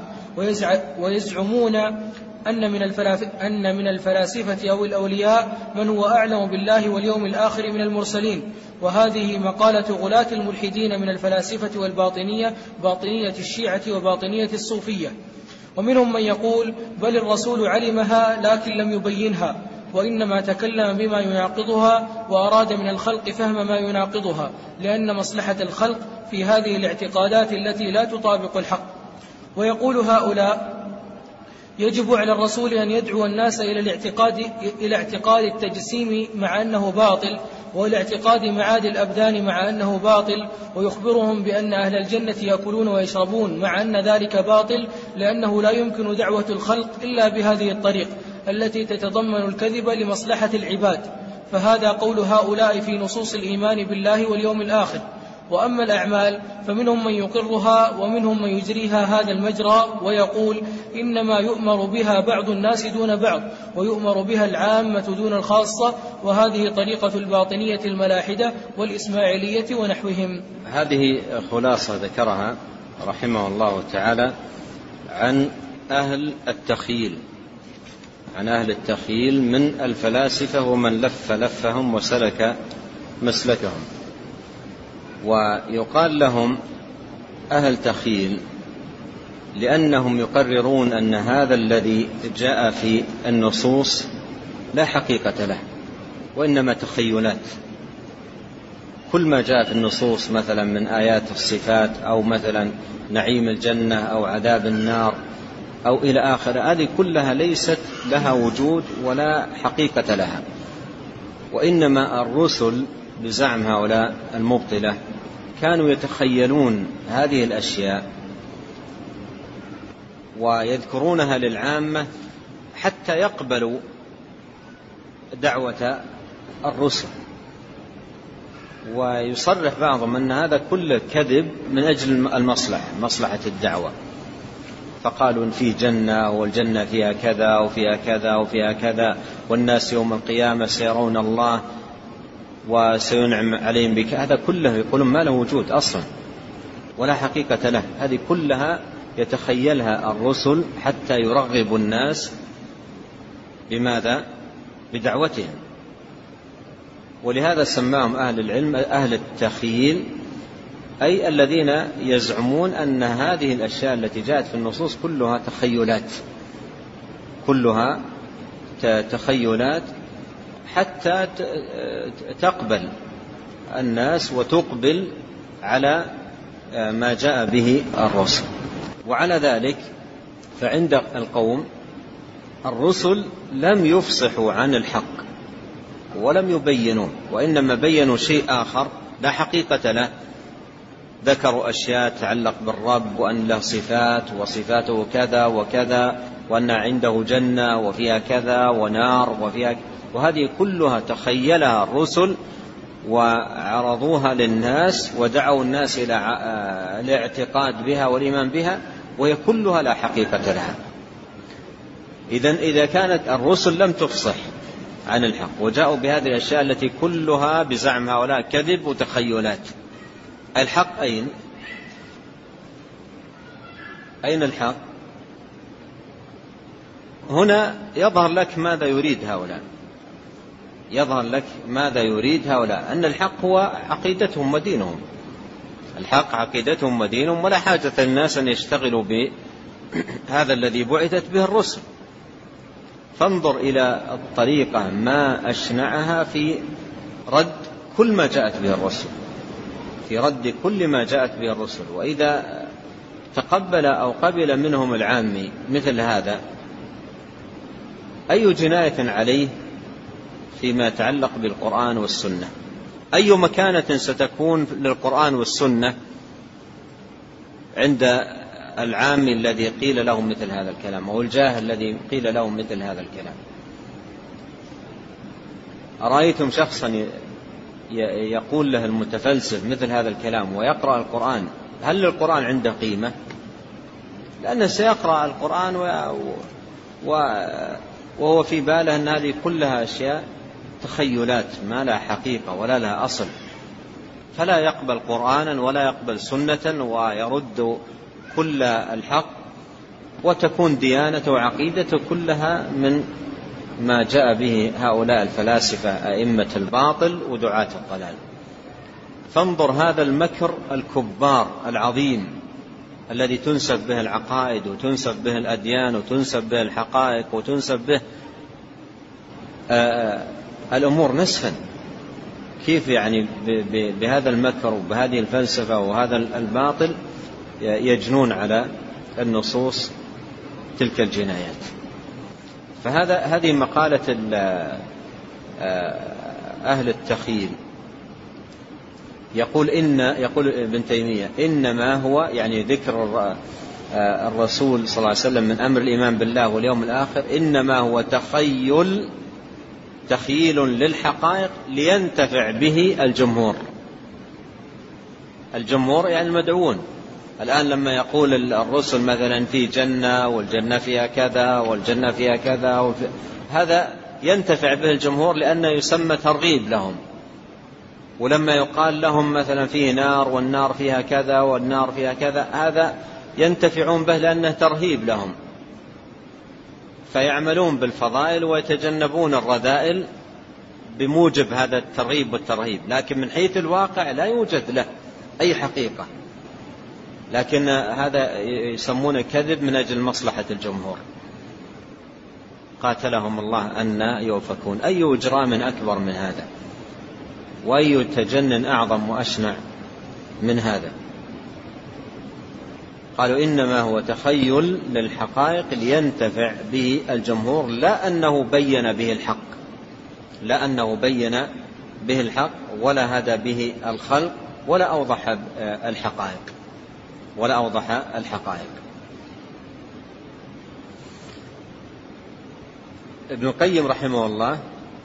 S1: ويزعمون أن من, أن من الفلاسفة أو الأولياء من هو أعلم بالله واليوم الآخر من المرسلين. وهذه مقالة غلاة الملحدين من الفلاسفة والباطنية، باطنية الشيعة وباطنية الصوفية. ومنهم من يقول بل الرسول علمها لكن لم يبينها، وإنما تكلم بما يناقضها وأراد من الخلق فهم ما يناقضها، لأن مصلحة الخلق في هذه الاعتقادات التي لا تطابق الحق. ويقول هؤلاء يجب على الرسول أن يدعو الناس إلى الاعتقاد إلى اعتقاد التجسيم مع أنه باطل، وإلى اعتقاد معاد الأبدان مع أنه باطل، ويخبرهم بأن أهل الجنة يأكلون ويشربون مع أن ذلك باطل، لأنه لا يمكن دعوة الخلق إلا بهذه الطريق التي تتضمن الكذب لمصلحة العباد. فهذا قول هؤلاء في نصوص الإيمان بالله واليوم الآخر. وأما الأعمال فمنهم من يقرها ومنهم من يجريها هذا المجرى، ويقول إنما يؤمر بها بعض الناس دون بعض، ويؤمر بها العامة دون الخاصة، وهذه طريقة الباطنية الملاحدة والإسماعيلية ونحوهم.
S2: هذه خلاصة ذكرها رحمه الله تعالى عن أهل التخييل عن أهل التخييل من الفلاسفة ومن لف لفهم وسلك مسلكهم. ويقال لهم أهل تخييل لأنهم يقررون أن هذا الذي جاء في النصوص لا حقيقة له وإنما تخيلات. كل ما جاء في النصوص مثلا من آيات الصفات أو مثلا نعيم الجنة أو عذاب النار أو إلى آخر، هذه كلها ليست لها وجود ولا حقيقة لها، وإنما الرسل بزعم هؤلاء المبطلة كانوا يتخيلون هذه الأشياء ويذكرونها للعامة حتى يقبلوا دعوة الرسل. ويصرح بعضهم أن هذا كله كذب من أجل المصلحة مصلحة الدعوة، فقالوا إن في جنة والجنة فيها كذا وفيها كذا وفيها كذا، والناس يوم القيامة سيرون الله وسينعم عليهم بك. هذا كله يقولون ما له وجود أصلا ولا حقيقة له. هذه كلها يتخيلها الرسل حتى يرغب الناس بماذا؟ بدعوتهم. ولهذا سماهم أهل العلم أهل التخييل، أي الذين يزعمون أن هذه الأشياء التي جاءت في النصوص كلها تخيلات كلها تخيلات حتى تقبل الناس وتقبل على ما جاء به الرسل. وعلى ذلك فعند القوم الرسل لم يفصحوا عن الحق ولم يبينوا، وإنما بينوا شيء آخر لا حقيقة له. ذكروا أشياء تتعلق بالرب وأن له صفات وصفاته كذا وكذا، وأن عنده جنة وفيها كذا ونار وفيها، وهذه كلها تخيلها الرسل وعرضوها للناس ودعوا الناس إلى الاعتقاد بها والإيمان بها، وهي كلها لا حقيقة لها. إذن إذا كانت الرسل لم تفصح عن الحق وجاءوا بهذه الأشياء التي كلها بزعم هؤلاء كذب وتخيلات، الحق أين؟ أين الحق؟ هنا يظهر لك ماذا يريد هؤلاء يظهر لك ماذا يريد هؤلاء أن الحق هو عقيدتهم ودينهم. الحق عقيدتهم ودينهم، ولا حاجة للناس أن يشتغلوا بهذا الذي بعثت به الرسل. فانظر إلى الطريقة ما أشنعها في رد كل ما جاءت به الرسل في رد كل ما جاءت به الرسل. وإذا تقبل أو قبل منهم العامي مثل هذا، أي جناية عليه فيما يتعلق بالقرآن والسنة؟ أي مكانة ستكون للقرآن والسنة عند العام الذي قيل له مثل هذا الكلام، أو الجاهل الذي قيل له مثل هذا الكلام؟ أرأيتم شخصا يقول له المتفلسف مثل هذا الكلام ويقرأ القرآن، هل للقرآن عنده قيمة؟ لأنه سيقرأ القرآن وهو في باله أن هذه كلها أشياء تخيلات ما لها حقيقة ولا لها أصل، فلا يقبل قرآنا ولا يقبل سنة ويرد كل الحق، وتكون ديانته وعقيدته كلها من ما جاء به هؤلاء الفلاسفة أئمة الباطل ودعاة الضلال. فانظر هذا المكر الكبار العظيم الذي تنسب به العقائد وتنسب به الأديان وتنسب به الحقائق وتنسب به آه الأمور نسفا. كيف يعني بهذا المكر وبهذه الفلسفة وهذا الباطل يجنون على النصوص تلك الجنايات؟ فهذا هذه مقالة أهل التخيل. يقول إن يقول ابن تيمية إنما هو يعني ذكر الرسول صلى الله عليه وسلم من أمر الإيمان بالله واليوم الآخر إنما هو تخيل تخيل للحقائق لينتفع به الجمهور. الجمهور يعني المدعون. الآن لما يقول الرسل مثلا في جنة والجنة فيها كذا والجنة فيها كذا، هذا ينتفع به الجمهور لأنه يسمى ترغيب لهم. ولما يقال لهم مثلا فيه نار والنار فيها كذا والنار فيها كذا، هذا ينتفعون به لأنه ترهيب لهم، فيعملون بالفضائل ويتجنبون الرذائل بموجب هذا الترغيب والترهيب، لكن من حيث الواقع لا يوجد له أي حقيقة، لكن هذا يسمونه كذب من أجل مصلحة الجمهور. قاتلهم الله أن يوفكون. أي إجرام أكبر من هذا، وأي تجنن أعظم وأشنع من هذا؟ قالوا إنما هو تخيل للحقائق لينتفع به الجمهور، لا أنه بين به الحق، لا أنه بين به الحق ولا هدى به الخلق ولا أوضح الحقائق ولا أوضح الحقائق. ابن القيم رحمه الله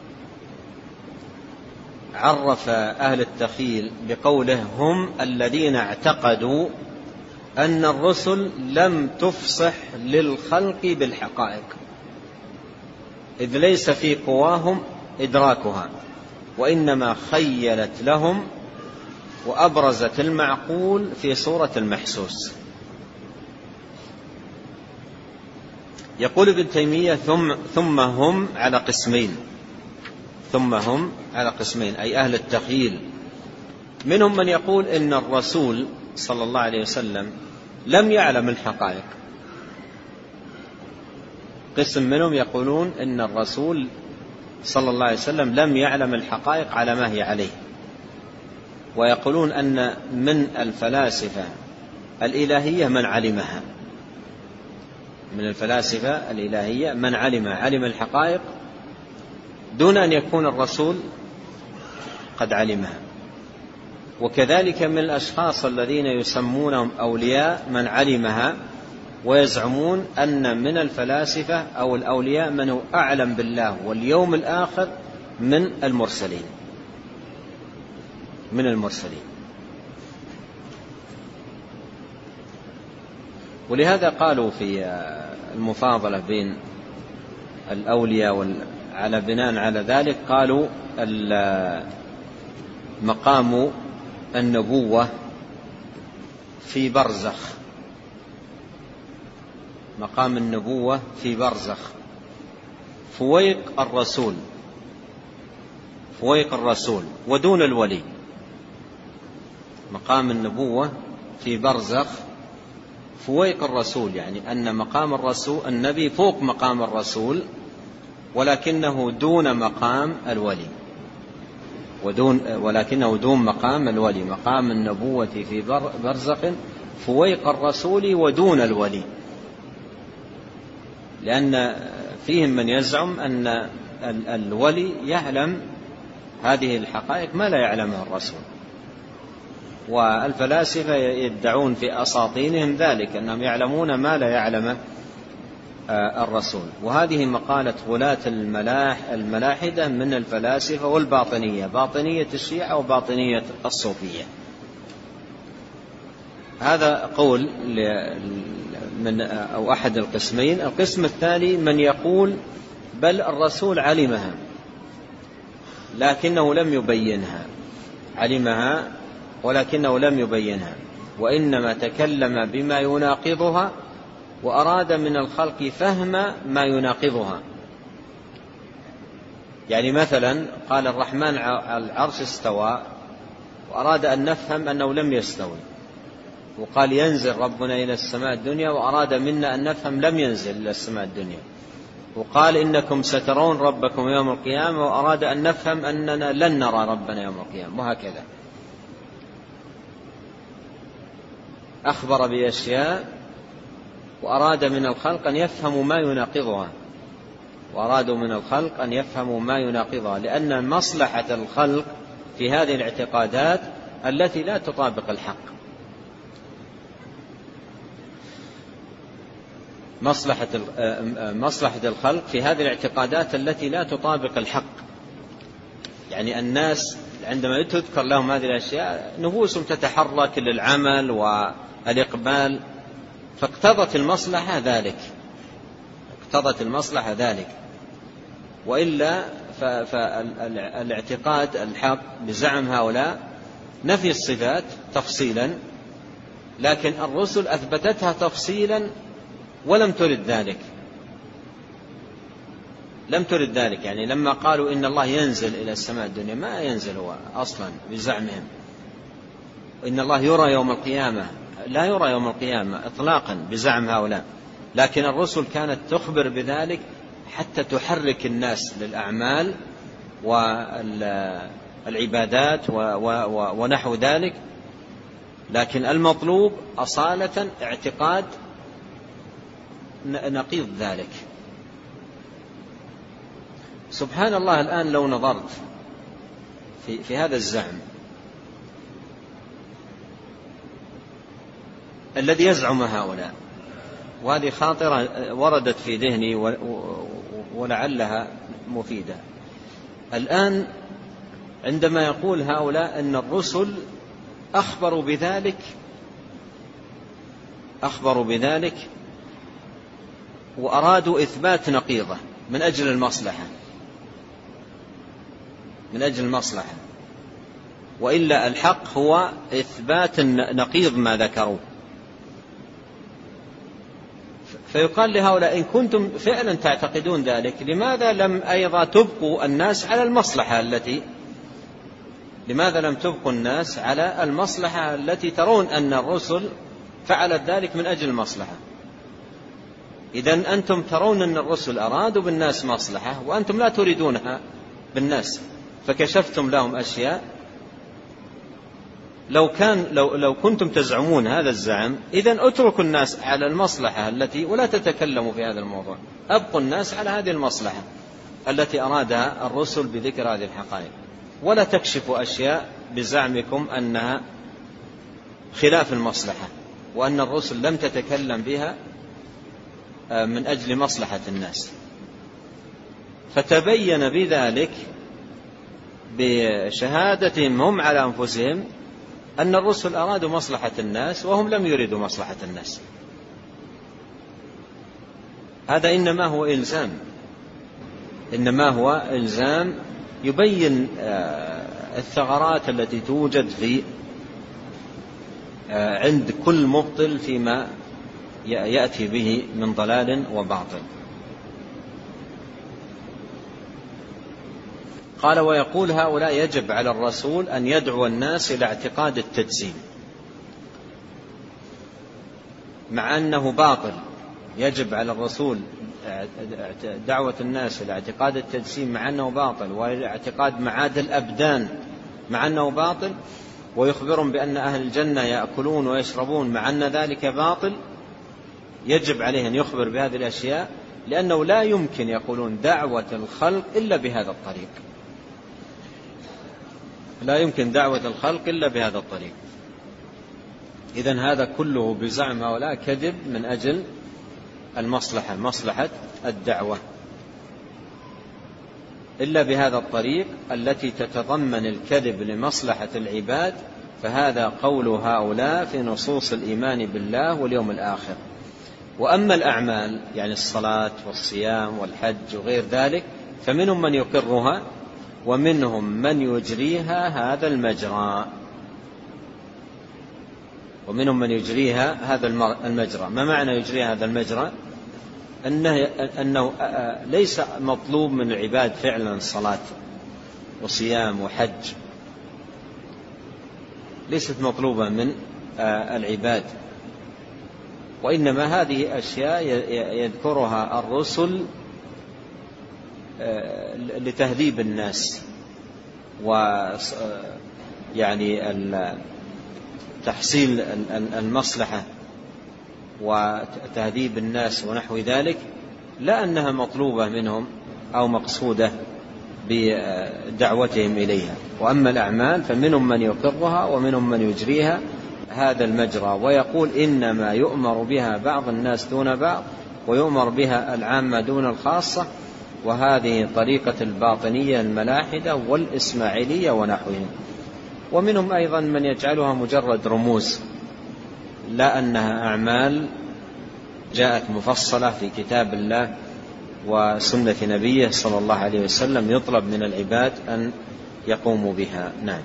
S2: عرف أهل التخيل بقوله هم الذين اعتقدوا أن الرسل لم تفصح للخلق بالحقائق، إذ ليس في قواهم إدراكها، وإنما خيلت لهم وأبرزت المعقول في صورة المحسوس. يقول ابن تيمية ثم, ثم هم على قسمين ثم هم على قسمين أي أهل التخيل. منهم من يقول إن الرسول صلى الله عليه وسلم لم يعلم الحقائق. قسم منهم يقولون إن الرسول صلى الله عليه وسلم لم يعلم الحقائق على ما هي عليه، ويقولون أن من الفلاسفة الإلهية من علمها، من الفلاسفة الإلهية من علم علم الحقائق دون أن يكون الرسول قد علمها. وكذلك من الأشخاص الذين يسمونهم أولياء من علمها، ويزعمون أن من الفلاسفة أو الأولياء من هو أعلم بالله واليوم الآخر من المرسلين من المرسلين ولهذا قالوا في المفاضلة بين الأولياء على بناء على ذلك قالوا مقام النبوة في برزخ مقام النبوة في برزخ فويق الرسول فويق الرسول ودون الولي. مقام النبوة في برزخ فويق الرسول، يعني أن مقام الرسول النبي فوق مقام الرسول ولكنه دون مقام الولي ودون ولكنه دون مقام الولي. مقام النبوة في برزخ فويق الرسول ودون الولي، لأن فيهم من يزعم أن الولي يعلم هذه الحقائق ما لا يعلمها الرسول. والفلاسفة يدعون في أساطينهم ذلك، أنهم يعلمون ما لا يعلمه الرسول. وهذه مقالة غلاة الملاح الملاحدة من الفلاسفة والباطنية، باطنية الشيعة وباطنية الصوفية. هذا قول من أو أحد القسمين. القسم الثاني من يقول بل الرسول علمها لكنه لم يبينها، علمها ولكنه لم يبينها، وإنما تكلم بما يناقضها وأراد من الخلق فهم ما يناقضها. يعني مثلا قال الرحمن على العرش استوى، وأراد أن نفهم أنه لم يستوي. وقال ينزل ربنا إلى السماء الدنيا، وأراد منا أن نفهم لم ينزل إلى السماء الدنيا. وقال إنكم سترون ربكم يوم القيامة، وأراد أن نفهم أننا لن نرى ربنا يوم القيامة. وهكذا أخبر بأشياء وأراد من الخلق أن يفهموا ما يناقضها، وأرادوا من الخلق أن يفهموا ما يناقضها، لأن مصلحة الخلق في هذه الاعتقادات التي لا تطابق الحق. مصلحة مصلحة الخلق في هذه الاعتقادات التي لا تطابق الحق. يعني الناس عندما تذكر لهم هذه الأشياء نفوسهم تتحرك للعمل والإقبال، فاقتضت المصلحة ذلك، اقتضت المصلحة ذلك. وإلا فالاعتقاد الحق بزعم هؤلاء نفي الصفات تفصيلا، لكن الرسل أثبتتها تفصيلا ولم ترد ذلك، لم ترد ذلك. يعني لما قالوا إن الله ينزل إلى السماء الدنيا، ما ينزل هو أصلا بزعمهم. إن الله يرى يوم القيامة، لا يرى يوم القيامة إطلاقا بزعم هؤلاء. لكن الرسل كانت تخبر بذلك حتى تحرك الناس للأعمال والعبادات ونحو ذلك. لكن المطلوب أصالة اعتقاد نقيض ذلك. سبحان الله، الآن لو نظرت في, في هذا الزعم الذي يزعم هؤلاء، وهذه خاطرة وردت في ذهني ولعلها مفيدة. الآن عندما يقول هؤلاء أن الرسل أخبروا بذلك أخبروا بذلك وأرادوا إثبات نقيضة من أجل المصلحة من أجل المصلحة وإلا الحق هو إثبات نقيض ما ذكروا. فيقال لهؤلاء إن كنتم فعلا تعتقدون ذلك، لماذا لم أيضا تبقوا الناس على المصلحة التي لماذا لم تبقوا الناس على المصلحة التي ترون أن الرسل فعلت ذلك من أجل المصلحة؟ إذن أنتم ترون أن الرسل أرادوا بالناس مصلحة وأنتم لا تريدونها بالناس، فكشفتم لهم أشياء. لو كان لو لو كنتم تزعمون هذا الزعم، إذن اتركوا الناس على المصلحة التي ولا تتكلموا في هذا الموضوع، أبقوا الناس على هذه المصلحة التي أرادها الرسل بذكر هذه الحقائق، ولا تكشفوا أشياء بزعمكم أنها خلاف المصلحة وأن الرسل لم تتكلم بها من أجل مصلحة الناس. فتبين بذلك بشهادتهم هم على أنفسهم أن الرسل أرادوا مصلحة الناس وهم لم يريدوا مصلحة الناس. هذا إنما هو إلزام إنما هو إلزام يبين الثغرات التي توجد في عند كل مبطل فيما يأتي به من ضلال وباطل. قال ويقول هؤلاء يجب على الرسول أن يدعو الناس إلى اعتقاد التجسيم، مع أنه باطل. يجب على الرسول دعوة الناس إلى اعتقاد التجسيم مع أنه باطل، وإلى اعتقاد معاد الأبدان مع أنه باطل، ويخبرهم بأن أهل الجنة يأكلون ويشربون مع أن ذلك باطل. يجب عليه أن يخبر بهذه الأشياء، لأنه لا يمكن يقولون دعوة الخلق إلا بهذا الطريق. لا يمكن دعوة الخلق إلا بهذا الطريق. إذن هذا كله بزعم هؤلاء كذب من أجل المصلحة، مصلحة الدعوة، إلا بهذا الطريق التي تتضمن الكذب لمصلحة العباد، فهذا قول هؤلاء في نصوص الإيمان بالله واليوم الآخر. وأما الأعمال يعني الصلاة والصيام والحج وغير ذلك فمنهم من يقرها ومنهم من يجريها هذا المجرى ومنهم من يجريها هذا المجرى. ما معنى يجريها هذا المجرى؟ أنه, أنه ليس مطلوب من العباد فعلا صلاة وصيام وحج، ليست مطلوبة من العباد، وإنما هذه أشياء يذكرها الرسل لتهذيب الناس ويعني تحصيل المصلحة وتهذيب الناس ونحو ذلك، لا أنها مطلوبة منهم أو مقصودة بدعوتهم إليها. وأما الأعمال فمنهم من يقرها ومنهم من يجريها هذا المجرى، ويقول إنما يؤمر بها بعض الناس دون بعض ويؤمر بها العامة دون الخاصة، وهذه طريقة الباطنية الملاحدة والإسماعيلية ونحوهم. ومنهم أيضا من يجعلها مجرد رموز، لا أنها أعمال جاءت مفصلة في كتاب الله وسنة نبيه صلى الله عليه وسلم يطلب من العباد أن يقوموا بها. نعم.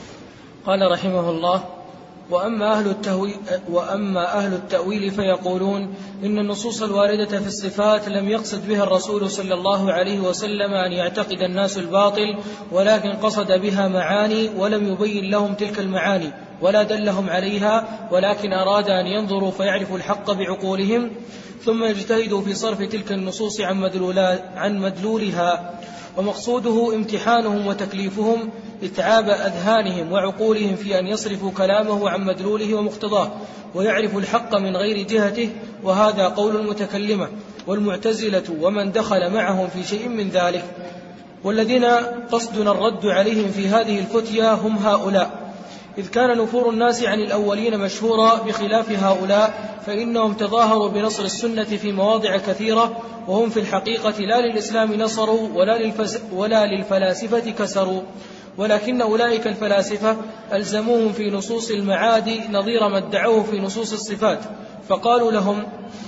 S1: قال رحمه الله: وأما أهل التأويل, وأما أهل التأويل فيقولون إن النصوص الواردة في الصفات لم يقصد بها الرسول صلى الله عليه وسلم أن يعتقد الناس الباطل، ولكن قصد بها معاني ولم يبين لهم تلك المعاني ولا دلهم عليها، ولكن أراد أن ينظروا فيعرفوا الحق بعقولهم ثم يجتهدوا في صرف تلك النصوص عن مدلولها، ومقصوده امتحانهم وتكليفهم إتعاب أذهانهم وعقولهم في أن يصرفوا كلامه عن مدلوله ومقتضاه ويعرفوا الحق من غير جهته. وهذا قول المتكلمة والمعتزلة ومن دخل معهم في شيء من ذلك، والذين قصدنا الرد عليهم في هذه الفتية هم هؤلاء، إذ كان نفور الناس عن الأولين مشهورا، بخلاف هؤلاء فإنهم تظاهروا بنصر السنة في مواضع كثيرة، وهم في الحقيقة لا للإسلام نصروا ولا, للفس ولا للفلاسفة كسروا، ولكن أولئك الفلاسفة ألزموهم في نصوص المعاد نظير ما ادعوه في نصوص الصفات، فقالوا لهم: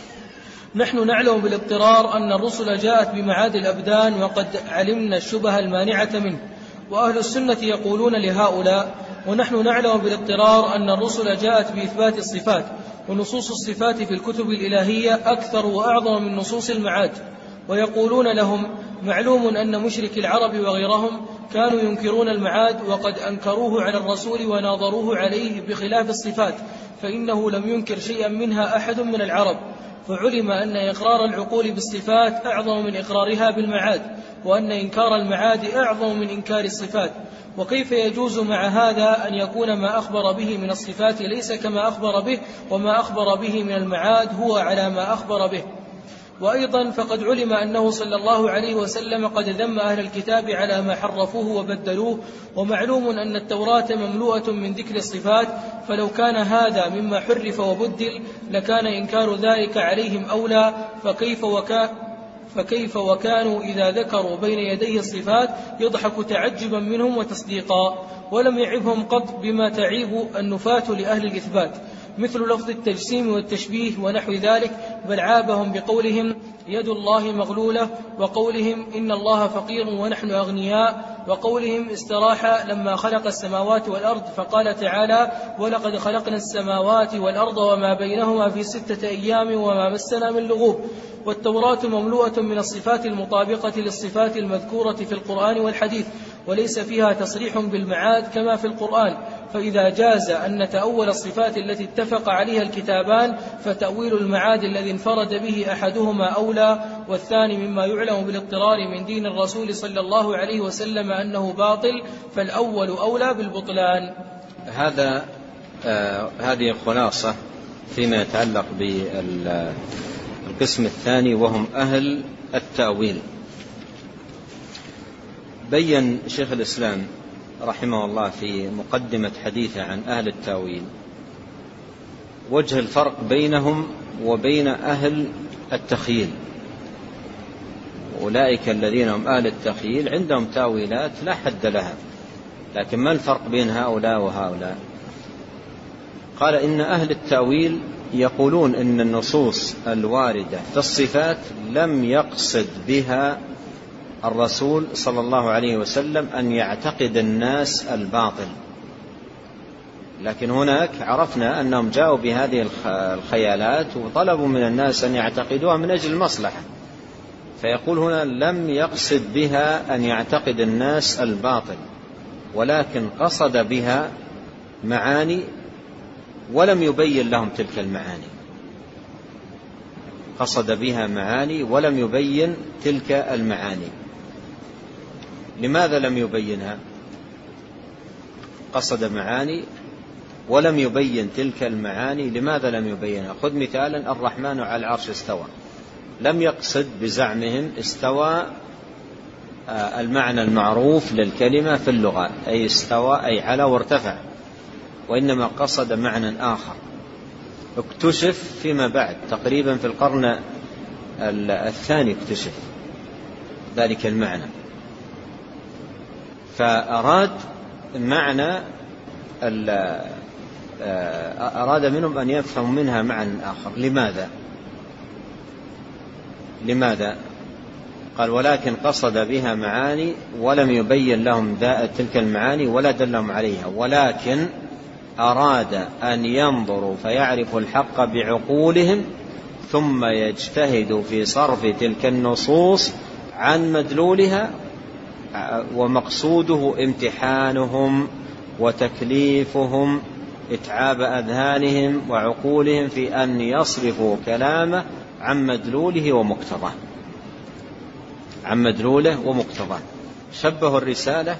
S1: نحن نعلم بالاضطرار أن الرسل جاءت بمعاد الأبدان وقد علمنا الشبه المانعة منه. وأهل السنة يقولون لهؤلاء: ونحن نعلم بالاضطرار أن الرسل جاءت بإثبات الصفات، ونصوص الصفات في الكتب الإلهية أكثر وأعظم من نصوص المعاد. ويقولون لهم: معلوم أن مشرك العرب وغيرهم كانوا ينكرون المعاد وقد أنكروه على الرسول وناظروه عليه، بخلاف الصفات فإنه لم ينكر شيئا منها أحد من العرب، فعلم أن إقرار العقول بالصفات أعظم من إقرارها بالمعاد، وأن إنكار المعاد أعظم من إنكار الصفات. وكيف يجوز مع هذا أن يكون ما أخبر به من الصفات ليس كما أخبر به، وما أخبر به من المعاد هو على ما أخبر به؟ وأيضا فقد علم أنه صلى الله عليه وسلم قد ذم أهل الكتاب على ما حرفوه وبدلوه، ومعلوم أن التوراة مملوءة من ذكر الصفات، فلو كان هذا مما حرف وبدل لكان إنكار ذلك عليهم أولى، فكيف وكان فكيف وكانوا إذا ذكروا بين يديه الصفات يضحك تعجبا منهم وتصديقا، ولم يعبهم قط بما تعيب النفاة لأهل الإثبات، مثل لفظ التجسيم والتشبيه ونحو ذلك، بل عابهم بقولهم يد الله مغلولة، وقولهم إن الله فقير ونحن أغنياء، وقولهم استراح لما خلق السماوات والأرض، فقال تعالى: ولقد خلقنا السماوات والأرض وما بينهما في ستة أيام وما مسنا من لغوب. والتوراة مملوءة من الصفات المطابقة للصفات المذكورة في القرآن والحديث، وليس فيها تصريح بالمعاد كما في القرآن، فإذا جاز أن نتأول الصفات التي اتفق عليها الكتابان فتأويل المعاد الذي انفرد به أحدهما أولى، والثاني مما يعلم بالاضطرار من دين الرسول صلى الله عليه وسلم أنه باطل، فالأول أولى بالبطلان.
S2: هذا آه هذه خلاصة فيما يتعلق بالقسم الثاني وهم أهل التأويل. بين شيخ الإسلام رحمه الله في مقدمة حديثه عن أهل التاويل وجه الفرق بينهم وبين أهل التخييل. أولئك الذين هم أهل التخييل عندهم تاويلات لا حد لها، لكن ما الفرق بين هؤلاء وهؤلاء؟ قال إن أهل التاويل يقولون إن النصوص الواردة في الصفات لم يقصد بها الرسول صلى الله عليه وسلم أن يعتقد الناس الباطل، لكن هناك عرفنا أنهم جاءوا بهذه الخيالات وطلبوا من الناس أن يعتقدوها من أجل المصلحة، فيقول هنا لم يقصد بها أن يعتقد الناس الباطل، ولكن قصد بها معاني ولم يبين لهم تلك المعاني. قصد بها معاني ولم يبين تلك المعاني. لماذا لم يبينها؟ قصد معاني ولم يبين تلك المعاني. لماذا لم يبينها؟ خذ مثالا: الرحمن على العرش استوى. لم يقصد بزعمهم استوى المعنى المعروف للكلمة في اللغة، أي استوى أي على وارتفع، وإنما قصد معنى آخر اكتشف فيما بعد، تقريبا في القرن الثاني اكتشف ذلك المعنى، فأراد معنى أراد منهم أن يفهموا منها معنى آخر. لماذا؟ لماذا؟ قال: ولكن قصد بها معاني ولم يبين لهم تلك المعاني ولا دلهم عليها، ولكن أراد أن ينظروا فيعرفوا الحق بعقولهم ثم يجتهدوا في صرف تلك النصوص عن مدلولها، ومقصوده امتحانهم وتكليفهم إتعاب أذهانهم وعقولهم في أن يصرفوا كلامه عن مدلوله ومقتضاه عن مدلوله ومقتضاه. شبهوا الرسالة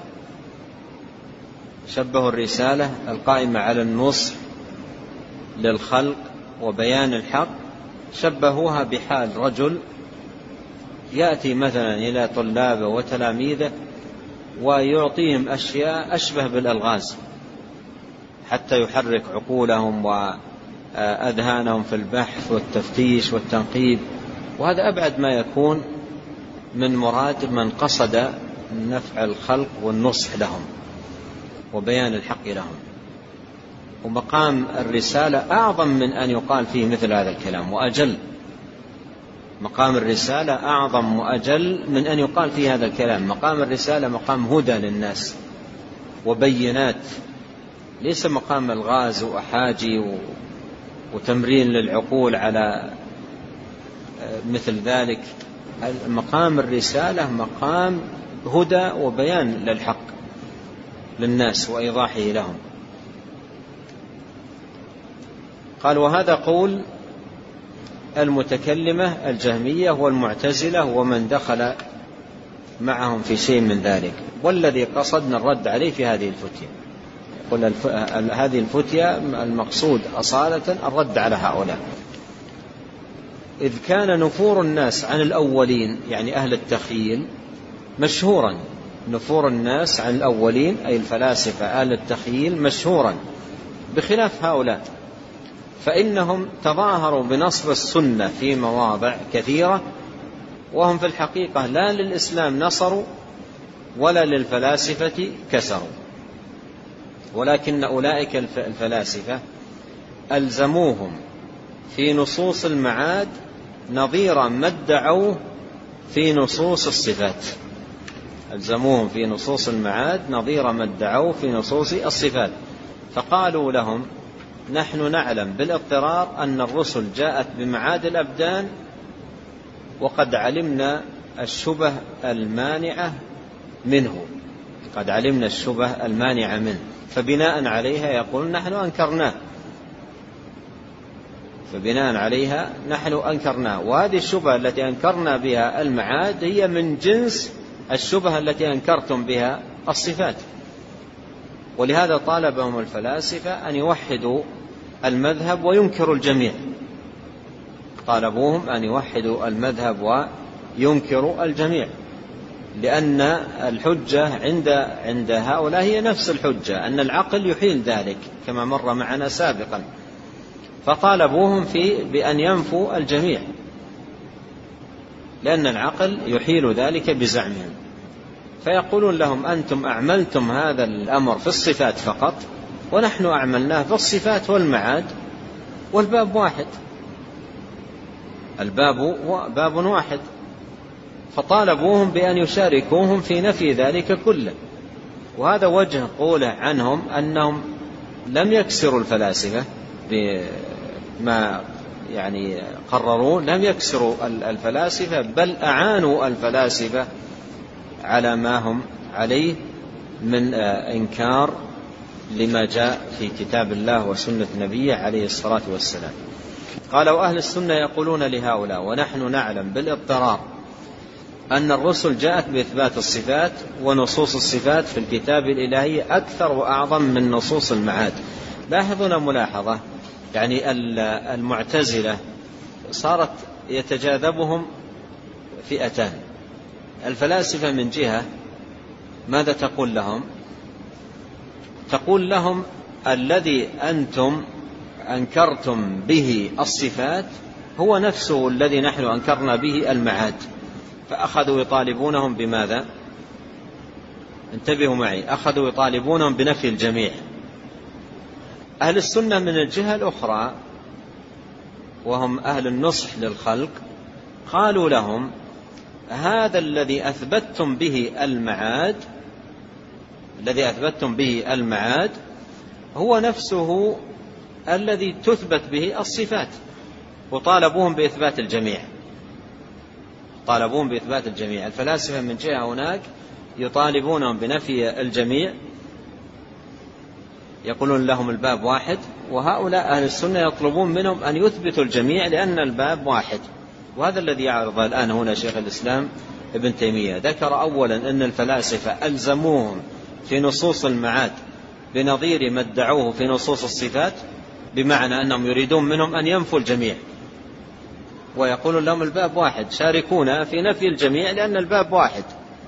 S2: شبهوا الرسالة القائمة على النصح للخلق وبيان الحق، شبهوها بحال رجل يأتي مثلا إلى طلابه وتلاميذه ويعطيهم أشياء أشبه بالألغاز حتى يحرك عقولهم وأذهانهم في البحث والتفتيش والتنقيب، وهذا أبعد ما يكون من مراد من قصد نفع الخلق والنصح لهم وبيان الحق لهم. ومقام الرسالة أعظم من أن يقال فيه مثل هذا الكلام وأجل. مقام الرسالة أعظم وأجل من أن يقال فيه هذا الكلام. مقام الرسالة مقام هدى للناس وبينات، ليس مقام الغاز وأحاجي وتمرين للعقول على مثل ذلك. مقام الرسالة مقام هدى وبيان للحق للناس وإيضاحه لهم. قال: وهذا قول المتكلمة الجهمية والمعتزلة ومن دخل معهم في شيء من ذلك، والذي قصدنا الرد عليه في هذه الفتية. قل الف... هذه الفتية المقصود أصالة الرد على هؤلاء، إذ كان نفور الناس عن الأولين يعني أهل التخيل مشهورا. نفور الناس عن الأولين أي الفلاسفة أهل التخيل مشهورا، بخلاف هؤلاء فإنهم تظاهروا بنصر السنة في مواضع كثيرة، وهم في الحقيقة لا للإسلام نصروا ولا للفلاسفة كسروا، ولكن أولئك الفلاسفة ألزموهم في نصوص المعاد نظير ما ادعوا في نصوص الصفات. ألزموهم في نصوص المعاد نظير ما ادعوا في نصوص الصفات، فقالوا لهم: نحن نعلم بالاضطرار أن الرسل جاءت بمعاد الأبدان، وقد علمنا الشبه المانعة منه قد علمنا الشبه المانعة منه فبناء عليها يقول نحن أنكرناه فبناء عليها نحن أنكرناه وهذه الشبهة التي أنكرنا بها المعاد هي من جنس الشبهة التي أنكرتم بها الصفات. ولهذا طالبهم الفلاسفة أن يوحدوا المذهب وينكروا الجميع. طالبوهم أن يوحدوا المذهب وينكروا الجميع، لأن الحجة عند عند هؤلاء هي نفس الحجة، أن العقل يحيل ذلك كما مر معنا سابقا، فطالبوهم في بأن ينفوا الجميع لأن العقل يحيل ذلك بزعمهم، فيقولون لهم أنتم أعملتم هذا الأمر في الصفات فقط، ونحن أعملناه في الصفات والمعاد، والباب واحد، الباب باب واحد، فطالبوهم بأن يشاركوهم في نفي ذلك كله. وهذا وجه قوله عنهم أنهم لم يكسروا الفلاسفة بما يعني قرروا، لم يكسروا الفلاسفة بل أعانوا الفلاسفة على ما هم عليه من إنكار لما جاء في كتاب الله وسنة نبيه عليه الصلاة والسلام. قال: وأهل السنة يقولون لهؤلاء ونحن نعلم بالاضطرار أن الرسل جاءت بإثبات الصفات، ونصوص الصفات في الكتاب الإلهي أكثر وأعظم من نصوص المعاد. لاحظنا ملاحظة، يعني المعتزلة صارت يتجاذبهم فئتان. الفلاسفة من جهة ماذا تقول لهم؟ تقول لهم الذي أنتم أنكرتم به الصفات هو نفسه الذي نحن أنكرنا به المعاد، فأخذوا يطالبونهم بماذا؟ انتبهوا معي، أخذوا يطالبونهم بنفي الجميع. أهل السنة من الجهة الأخرى وهم أهل النصح للخلق قالوا لهم هذا الذي أثبتتم به المعاد الذي أثبتتم به المعاد هو نفسه الذي تثبت به الصفات، وطالبوهم بإثبات الجميع طالبوهم بإثبات الجميع. الفلاسفة من جهة هناك يطالبونهم بنفي الجميع، يقولون لهم الباب واحد، وهؤلاء أهل السنة يطلبون منهم أن يثبتوا الجميع لأن الباب واحد. وهذا الذي يعرض الآن هنا شيخ الإسلام ابن تيمية. ذكر أولا أن الفلاسفة ألزموهم في نصوص المعاد بنظير ما ادعوه في نصوص الصفات، بمعنى أنهم يريدون منهم أن ينفوا الجميع، ويقولون لهم الباب واحد، شاركونا في نفي الجميع لأن الباب واحد.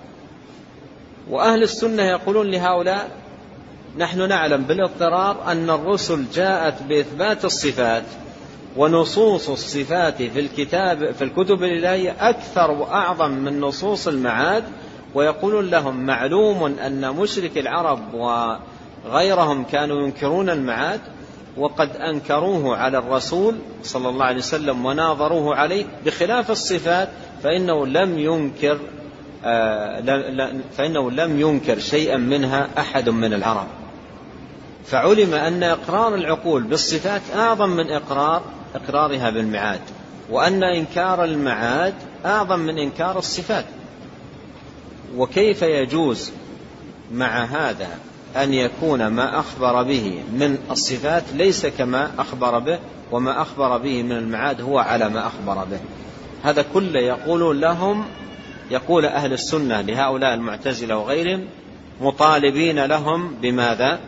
S2: وأهل السنة يقولون لهؤلاء نحن نعلم بالاضطرار أن الرسل جاءت بإثبات الصفات، ونصوص الصفات في الكتاب في الكتب الإلهية أكثر وأعظم من نصوص المعاد. ويقولون لهم معلوم أن مشرك العرب وغيرهم كانوا ينكرون المعاد، وقد أنكروه على الرسول صلى الله عليه وسلم وناظروه عليه، بخلاف الصفات فإنه لم ينكر آه فإنه لم ينكر شيئا منها أحد من العرب. فعلم أن إقرار العقول بالصفات أعظم من إقرار إقرارها بالمعاد، وأن إنكار المعاد أعظم من إنكار الصفات. وكيف يجوز مع هذا أن يكون ما أخبر به من الصفات ليس كما أخبر به، وما أخبر به من المعاد هو على ما أخبر به؟ هذا كله يقول لهم يقول أهل السنة لهؤلاء المعتزلة وغيرهم مطالبين لهم بماذا؟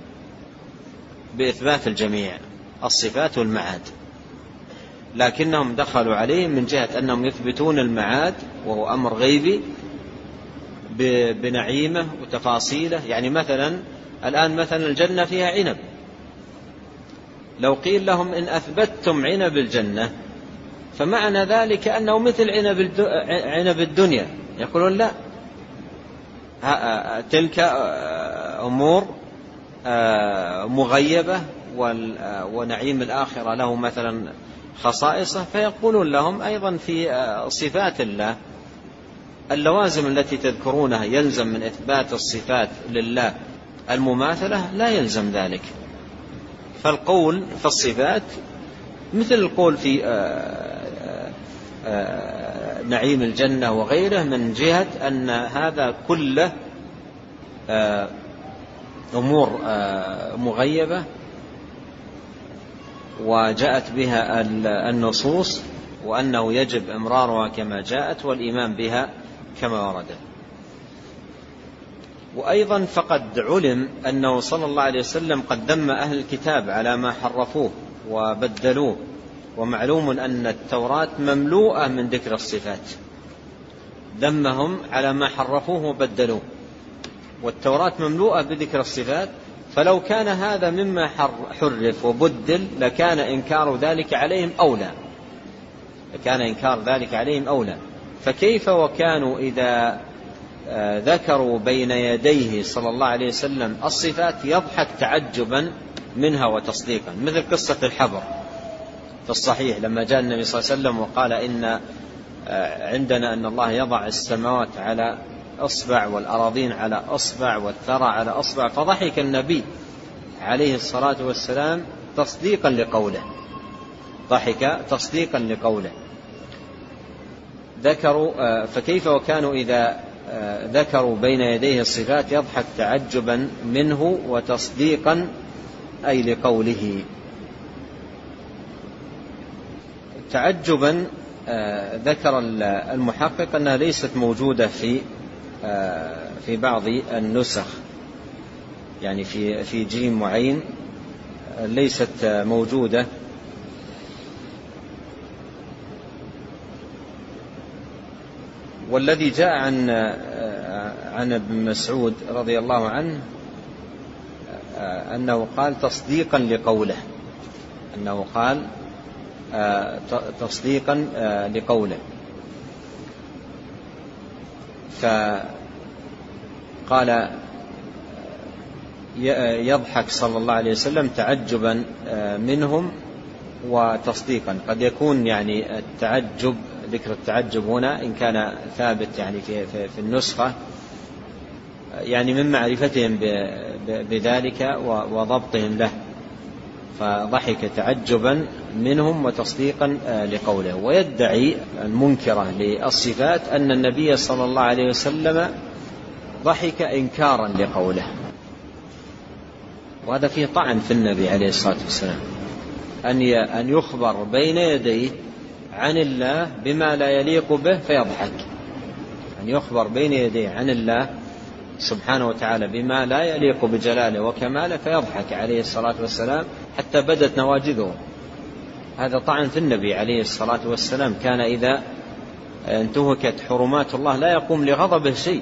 S2: بإثبات الجميع الصفات والمعاد، لكنهم دخلوا عليهم من جهة أنهم يثبتون المعاد وهو أمر غيبي بنعيمه وتفاصيله. يعني مثلا الآن مثلا الجنة فيها عنب، لو قيل لهم إن أثبتتم عنب الجنة فمعنى ذلك أنه مثل عنب الدنيا، يقولون لا، تلك أمور مغيبة ونعيم الآخرة له مثلا خصائصه. فيقولون لهم أيضا في صفات الله اللوازم التي تذكرونها يلزم من إثبات الصفات لله المماثلة، لا يلزم ذلك. فالقول في الصفات مثل القول في آآ آآ نعيم الجنة وغيره، من جهة أن هذا كله أمور مغيبة وجاءت بها النصوص، وأنه يجب إمرارها كما جاءت والإيمان بها كما وردت. وأيضا فقد علم أنه صلى الله عليه وسلم قد ذم أهل الكتاب على ما حرفوه وبدلوه، ومعلوم أن التوراة مملوءة من ذكر الصفات ذمهم على ما حرفوه وبدلوه، والتوراة مملوءة بذكر الصفات، فلو كان هذا مما حرف وبدل لكان إنكار ذلك عليهم أولى لكان إنكار ذلك عليهم أولى فكيف وكانوا إذا ذكروا بين يديه صلى الله عليه وسلم الصفات يضحك تعجبا منها وتصديقا، مثل قصة الحبر في الصحيح لما جاء النبي صلى الله عليه وسلم وقال إن عندنا أن الله يضع السماوات على أصبع والأراضين على أصبع والثرى على أصبع، فضحك النبي عليه الصلاة والسلام تصديقا لقوله ضحك تصديقا لقوله ذكروا فكيف وكانوا إذا ذكروا بين يديه الصفات يضحك تعجبا منه وتصديقا أي لقوله. تعجبا ذكر المحقق أنها ليست موجودة في في بعض النسخ، يعني في في جيم وعين ليست موجودة، والذي جاء عن عن ابن مسعود رضي الله عنه أنه قال تصديقا لقوله أنه قال تصديقا لقوله فقال يضحك صلى الله عليه وسلم تعجبا منهم وتصديقا. قد يكون يعني التعجب ذكر التعجب هنا إن كان ثابت يعني في, في, في النسخة يعني من معرفتهم بذلك وضبطهم له، فضحك تعجبا منهم وتصديقا لقوله. ويدعي المنكرة للصفات أن النبي صلى الله عليه وسلم ضحك إنكارا لقوله، وهذا فيه طعن في النبي عليه الصلاة والسلام أن يخبر بين يديه عن الله بما لا يليق به فيضحك، أن يخبر بين يديه عن الله سبحانه وتعالى بما لا يليق بجلاله وكماله فيضحك عليه الصلاة والسلام حتى بدت نواجذه. هذا طعن في النبي عليه الصلاة والسلام، كان إذا انتهكت حرمات الله لا يقوم لغضبه شيء،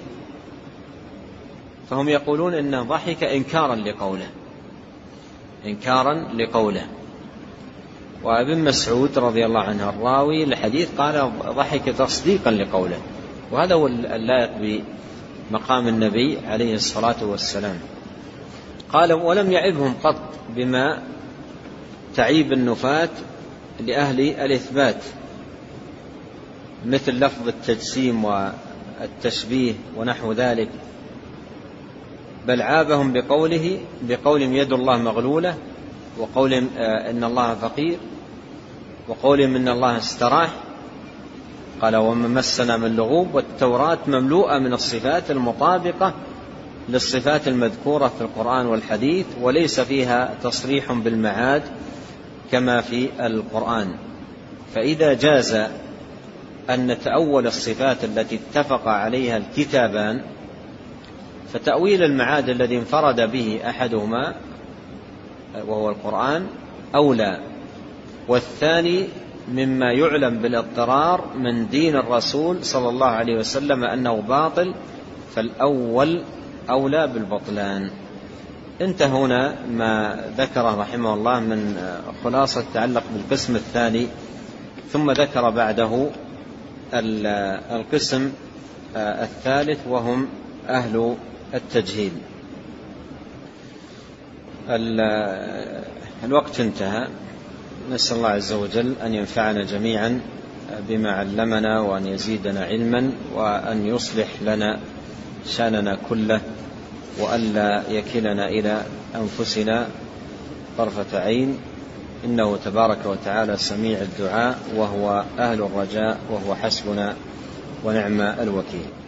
S2: فهم يقولون إنه ضحك إنكارا لقوله إنكارا لقوله. وابن مسعود رضي الله عنه الراوي الحديث قال ضحك تصديقا لقوله، وهذا هو اللائق بمقام النبي عليه الصلاة والسلام. قال ولم يعبهم قط بما تعيب النفاة لأهل الإثبات مثل لفظ التجسيم والتشبيه ونحو ذلك، بل عابهم بقوله بقولهم يد الله مغلولة، وقولهم إن الله فقير، وقولهم إن الله استراح. قال وما مسنا من لغوب، والتوراة مملوءة من الصفات المطابقة للصفات المذكورة في القرآن والحديث، وليس فيها تصريح بالمعاد كما في القرآن. فإذا جاز أن نتأول الصفات التي اتفق عليها الكتابان، فتأويل المعاد الذي انفرد به أحدهما وهو القرآن أولى، والثاني مما يعلم بالاضطرار من دين الرسول صلى الله عليه وسلم أنه باطل، فالأول أولى بالبطلان. انتهى هنا ما ذكره رحمه الله من خلاصة تعلق بالقسم الثاني، ثم ذكر بعده القسم الثالث وهم أهل التجهيل. الوقت انتهى، نسأل الله عز وجل أن ينفعنا جميعا بما علمنا، وأن يزيدنا علما، وأن يصلح لنا شأننا كله، وألا يكلنا إلى أنفسنا طرفة عين، إنه تبارك وتعالى سميع الدعاء وهو أهل الرجاء وهو حسبنا ونعم الوكيل.